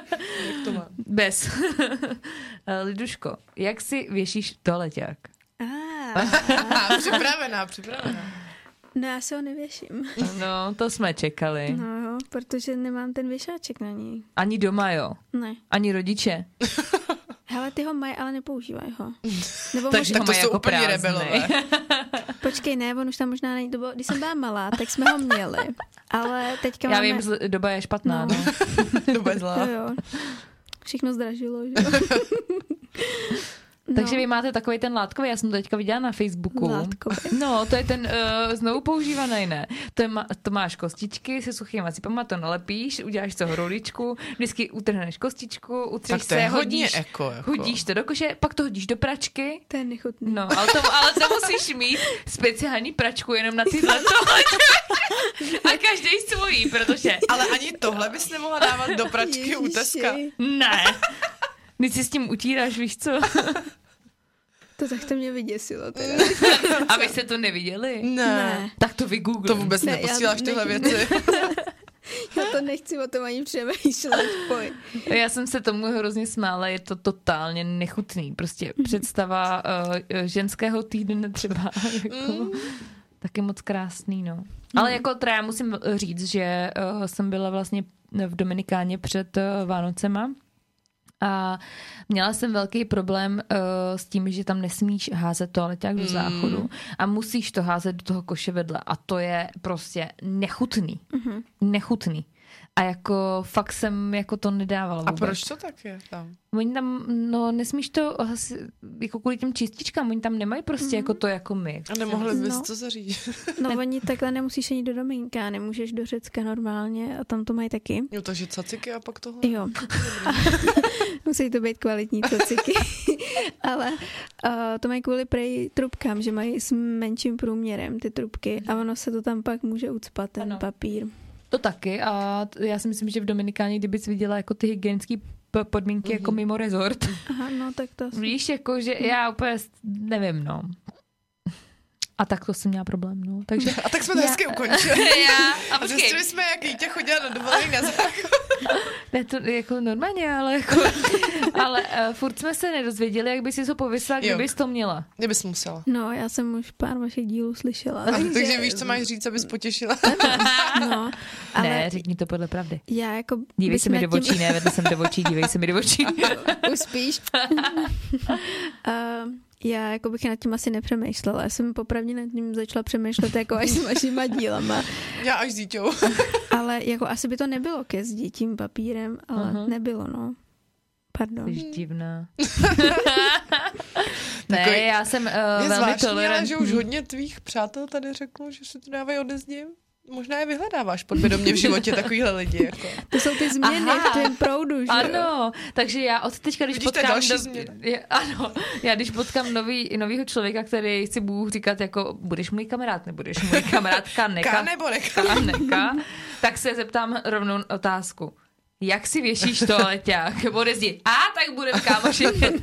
bez. Liduško, jak si věšíš toaleťák? Ah. Připravená, připravená. No já se ho nevěším. No, to jsme čekali. No jo, protože nemám ten věšáček na ní. Ani doma, jo? Ne. Ani rodiče? Hele, ty ho mají, ale nepoužívají ho. Nebo Takže tak ho to mají jsou jako úplně prázdnej. rebelové. Počkej, ne, on už tam možná není. To bylo, když jsem byla malá, tak jsme ho měli. Ale teďka Já máme... vím, zl- doba je špatná, no. no. Doba je zlá. Jo, jo. Všechno zdražilo, že jo. No. Takže vy máte takový ten látkový, já jsem to teďka viděla na Facebooku. Látkový. No, to je ten uh, znovu používaný, ne? To, je, to máš kostičky se suchýma cipama, to nalepíš, uděláš to hrouličku, vždycky utrhneš kostičku, utřeš tak to je se, hodně hodíš, eko, jako. hodíš to do koše, pak to hodíš do pračky. To je nechutný. No, ale to, ale to musíš mít speciální pračku jenom na tyhle a každý svojí, protože... Ale ani tohle bys nemohla dávat do pračky Ježiši. u Teska. Ne. Když si s tím utíráš, víš co? To tak to mě vyděsilo teda. A vy jste to neviděli? Ne. Ne. Tak to vygooglím. To vůbec Ne, neposíláš já tyhle nech- věci. Já to nechci o tom ani přemýšlet, poj. Já jsem se tomu hrozně smála, je to totálně nechutný. Prostě představa uh, ženského týdne třeba jako, Mm. taky moc krásný, no. Ale jako teda já musím říct, že uh, jsem byla vlastně v Dominikáně před uh, Vánocema a měla jsem velký problém uh, s tím, že tam nesmíš házet toaleťák do záchodu a musíš to házet do toho koše vedle a to je prostě nechutný. Mhm. Nechutný. A jako fakt jsem jako to nedávala A vůbec. proč to tak je tam? Oni tam, no nesmíš to asi, jako kvůli těm čističkám, oni tam nemají prostě mm-hmm. jako to jako my. A nemohli bys No. to zařídit? No oni takhle nemusíš ani do Dominika, nemůžeš do Řecka normálně a tam to mají taky. Jo, takže caciky a pak tohle? Jo. Musí to být kvalitní cociky. Ale uh, to mají kvůli prej trubkám, že mají s menším průměrem ty trubky a ono se to tam pak může ucpat, ten Ano. papír. To taky a t- já si myslím, že v Dominikáně, kdybys viděla jako ty hygienické p- podmínky mm-hmm. jako mimo rezort. Aha, no tak to asi. Víš, jako, že já úplně s- nevím, no. A tak to jsem měla problém, no. Takže A tak jsme to hezky ukončili. já, a A zjistili jsme, jak Jítě chodila na dovolený na záchod. ne, to jako normálně, ale jako, ale uh, furt jsme se nedozvěděli, jak bys si to pověsila, kdybys to měla. Kdybys musela. No, já jsem už pár vašich dílů slyšela. A, takže víš, co máš říct, abys potěšila. No, ale Ne, řekni to podle pravdy. já jako... Dívej bych se mi nad do tím- očí, ne, vedle jsem do očí, dívej se mi do očí. Uspíš. uh, já jako bych nad tím asi nepřemýšlela. Já jsem popravdě nad tím začala přemýšlet jako až s vašima dílama. Já až s Díťou. Ale jako asi by to nebylo ke zdi tím papírem, ale Aha. nebylo, no. Pardon. Jsi divná. ne, Takový- já jsem uh, Je velmi zvláštní, ale tolerantní. že už hodně tvých přátel tady řeklo, že si to dávají ode zdi. Možná je vyhledáváš podvědomě v životě takovýhle lidi. Jako. To jsou ty změny Aha. v tom proudu, že jo? Ano, takže já od teďka, když Vidíš, to je potkám... další nov- změna. je, ano, já když potkám nový, novýho člověka, který si budu říkat jako, budeš můj kamarád, nebudeš můj kamarádka, neka, Ká nebo neka? ká, neka, tak se zeptám rovnou otázku. Jak si věšíš toaleťák? Ode zdi. A, tak budeme kámoši.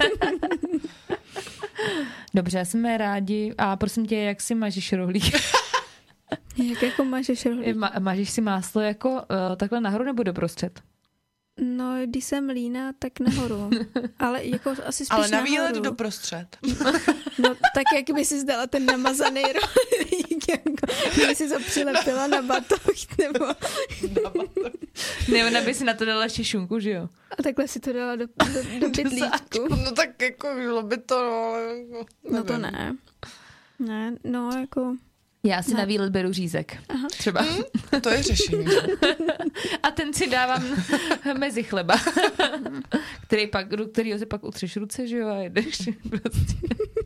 Dobře, jsme rádi. A prosím tě, jak si mažeš rohlík? Jak jako máš rohlík? Ma- mažeš si máslo jako uh, takhle nahoru nebo doprostřed? No, když jsem líná, tak nahoru. Ale jako asi spíš Ale na výlet nahoru. doprostřed. No, tak jak by si zdala ten namazaný rohlík, jako, kdyby si to přilepila na batoh, nebo... Ne, ona by si na to dala ještě šunku, že jo? A takhle si to dala do, do, do pytlíčku. No tak jako bylo by to, no, ale jako, No to nevím. ne. Ne, no jako... Já si Ne. na výlet beru řízek. Aha. Třeba. Hmm, to je řešení. A ten si dávám mezi chleba. Který pak, do kterého si pak utřeš ruce, že jo, a jedeš prostě.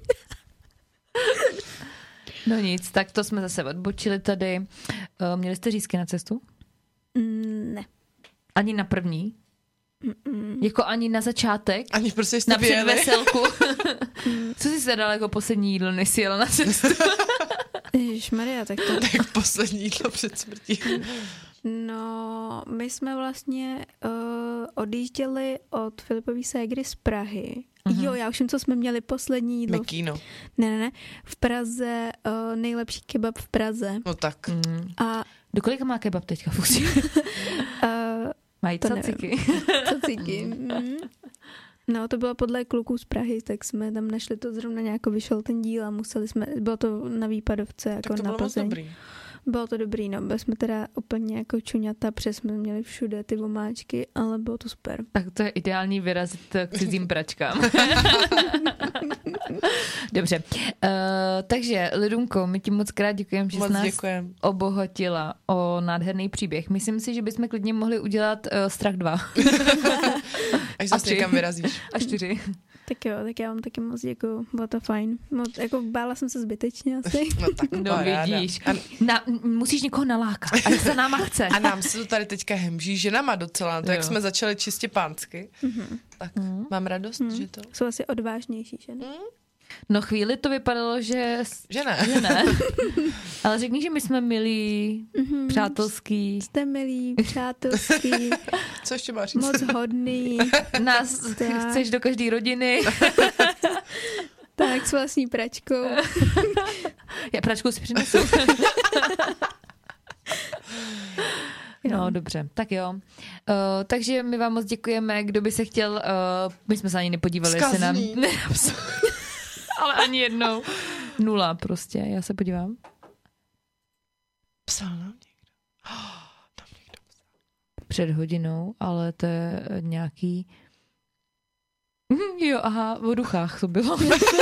No nic, tak to jsme zase odbočili tady. Uh, Měli jste řízky na cestu? Mm, ne. Ani na první? Mm-mm. Jako ani na začátek? Ani prostě jste Na vyjeli. předveselku? Co jsi zadala jako poslední jídlo, než jsi jela na cestu? Ježišmarja, tak to... Tak poslední jídlo před smrtí. No, my jsme vlastně uh, odjížděli od Filipový ségry z Prahy. Mhm. Jo, já už vím, co jsme měli poslední jídlo. Mikino. Ne, ne, ne. V Praze, uh, nejlepší kebab v Praze. No tak. Mm. A Do kolika má kebab teďka fusí? uh, Mají caciky. Caciky. Mm. No, to bylo podle kluků z Prahy, tak jsme tam našli to zrovna nějak, vyšel ten díl a museli jsme, bylo to na Výpadovce, jako tak to na bylo Plzeň. moc dobrý. Bylo to dobrý, no, byli jsme teda úplně jako čuňata, přes jsme měli všude ty omáčky, ale bylo to super. Tak to je ideální vyrazit k cizím pračkám. Dobře, uh, takže Lidunko, my ti moc krát děkujeme, že jsi nás děkujem. obohatila o nádherný příběh. Myslím si, že bychom klidně mohli udělat uh, Strach dva. Až zase někam vyrazíš. A čtyři. Tak jo, tak já vám taky moc děkuju, bylo to fajn. Moc, jako bála jsem se zbytečně asi. No tak no vidíš. A... Na, musíš někoho nalákat, a se náma chce. A nám se to tady teďka hemží ženama docela, to jak jsme začali čistě pánsky, mm-hmm. tak mm. mám radost, mm. že to... Jsou asi odvážnější ženy. Mm. No chvíli to vypadalo, že... Že ne. Že ne. Ale řekni, že my jsme milí, mm-hmm. přátelský. Jste milí, přátelský. Co ještě máš říct? Moc hodný. Nás tak. Chceš do každé rodiny. Tak s vlastní pračkou. Já pračku si přinesu. No, dobře, tak jo. Uh, takže my vám moc děkujeme, kdo by se chtěl, uh, my jsme se ani nepodívali, jestli nám... Ale ani jednou. Nula prostě, já se podívám. Psal nám někdo. Oh, tam někdo psal. Před hodinou, ale to je nějaký... Jo, aha, o duchách to bylo.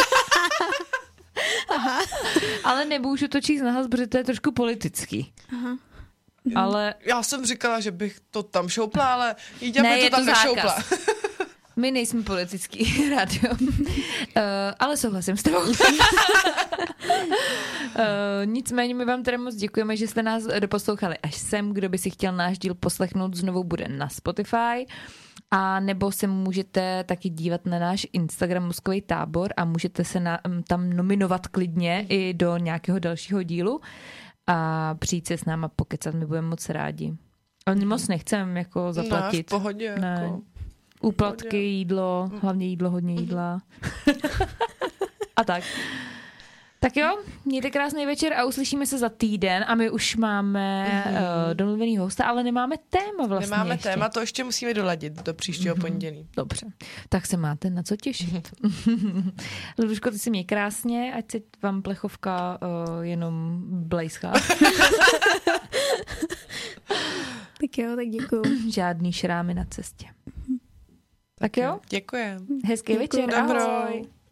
Aha. Ale nemůžu to číst nahlas, protože to je trošku politický. Aha. Ale... Já jsem říkala, že bych to tam šoupla, ale Jíďa by to tam to nešoupla. My nejsme politický rádio. Uh, ale souhlasím s tebou. uh, nicméně my vám teda moc děkujeme, že jste nás doposlouchali až sem. Kdo by si chtěl náš díl poslechnout, znovu bude na Spotify. A nebo se můžete taky dívat na náš Instagram Mozkový tábor a můžete se na, tam nominovat klidně i do nějakého dalšího dílu a přijít se s náma pokecat, my budeme moc rádi. Ale moc nechceme jako zaplatit. Ne, v pohodě. Ne. Jako... Úplatky, jídlo, hlavně jídlo, hodně jídla. A tak. Tak jo, mějte krásný večer a uslyšíme se za týden a my už máme mm-hmm. uh, domluvený hosta, ale nemáme téma vlastně. Nemáme ještě. téma, to ještě musíme doladit do příštího mm-hmm. pondělí. Dobře, tak se máte na co těšit. Luduško, ty si měj krásně, ať se vám plechovka uh, jenom blejská. Tak jo, tak děkuju. Žádný šrámy na cestě. Tak jo? Děkujem. Hezký Děkuju. večer, ahoj. Dobrou.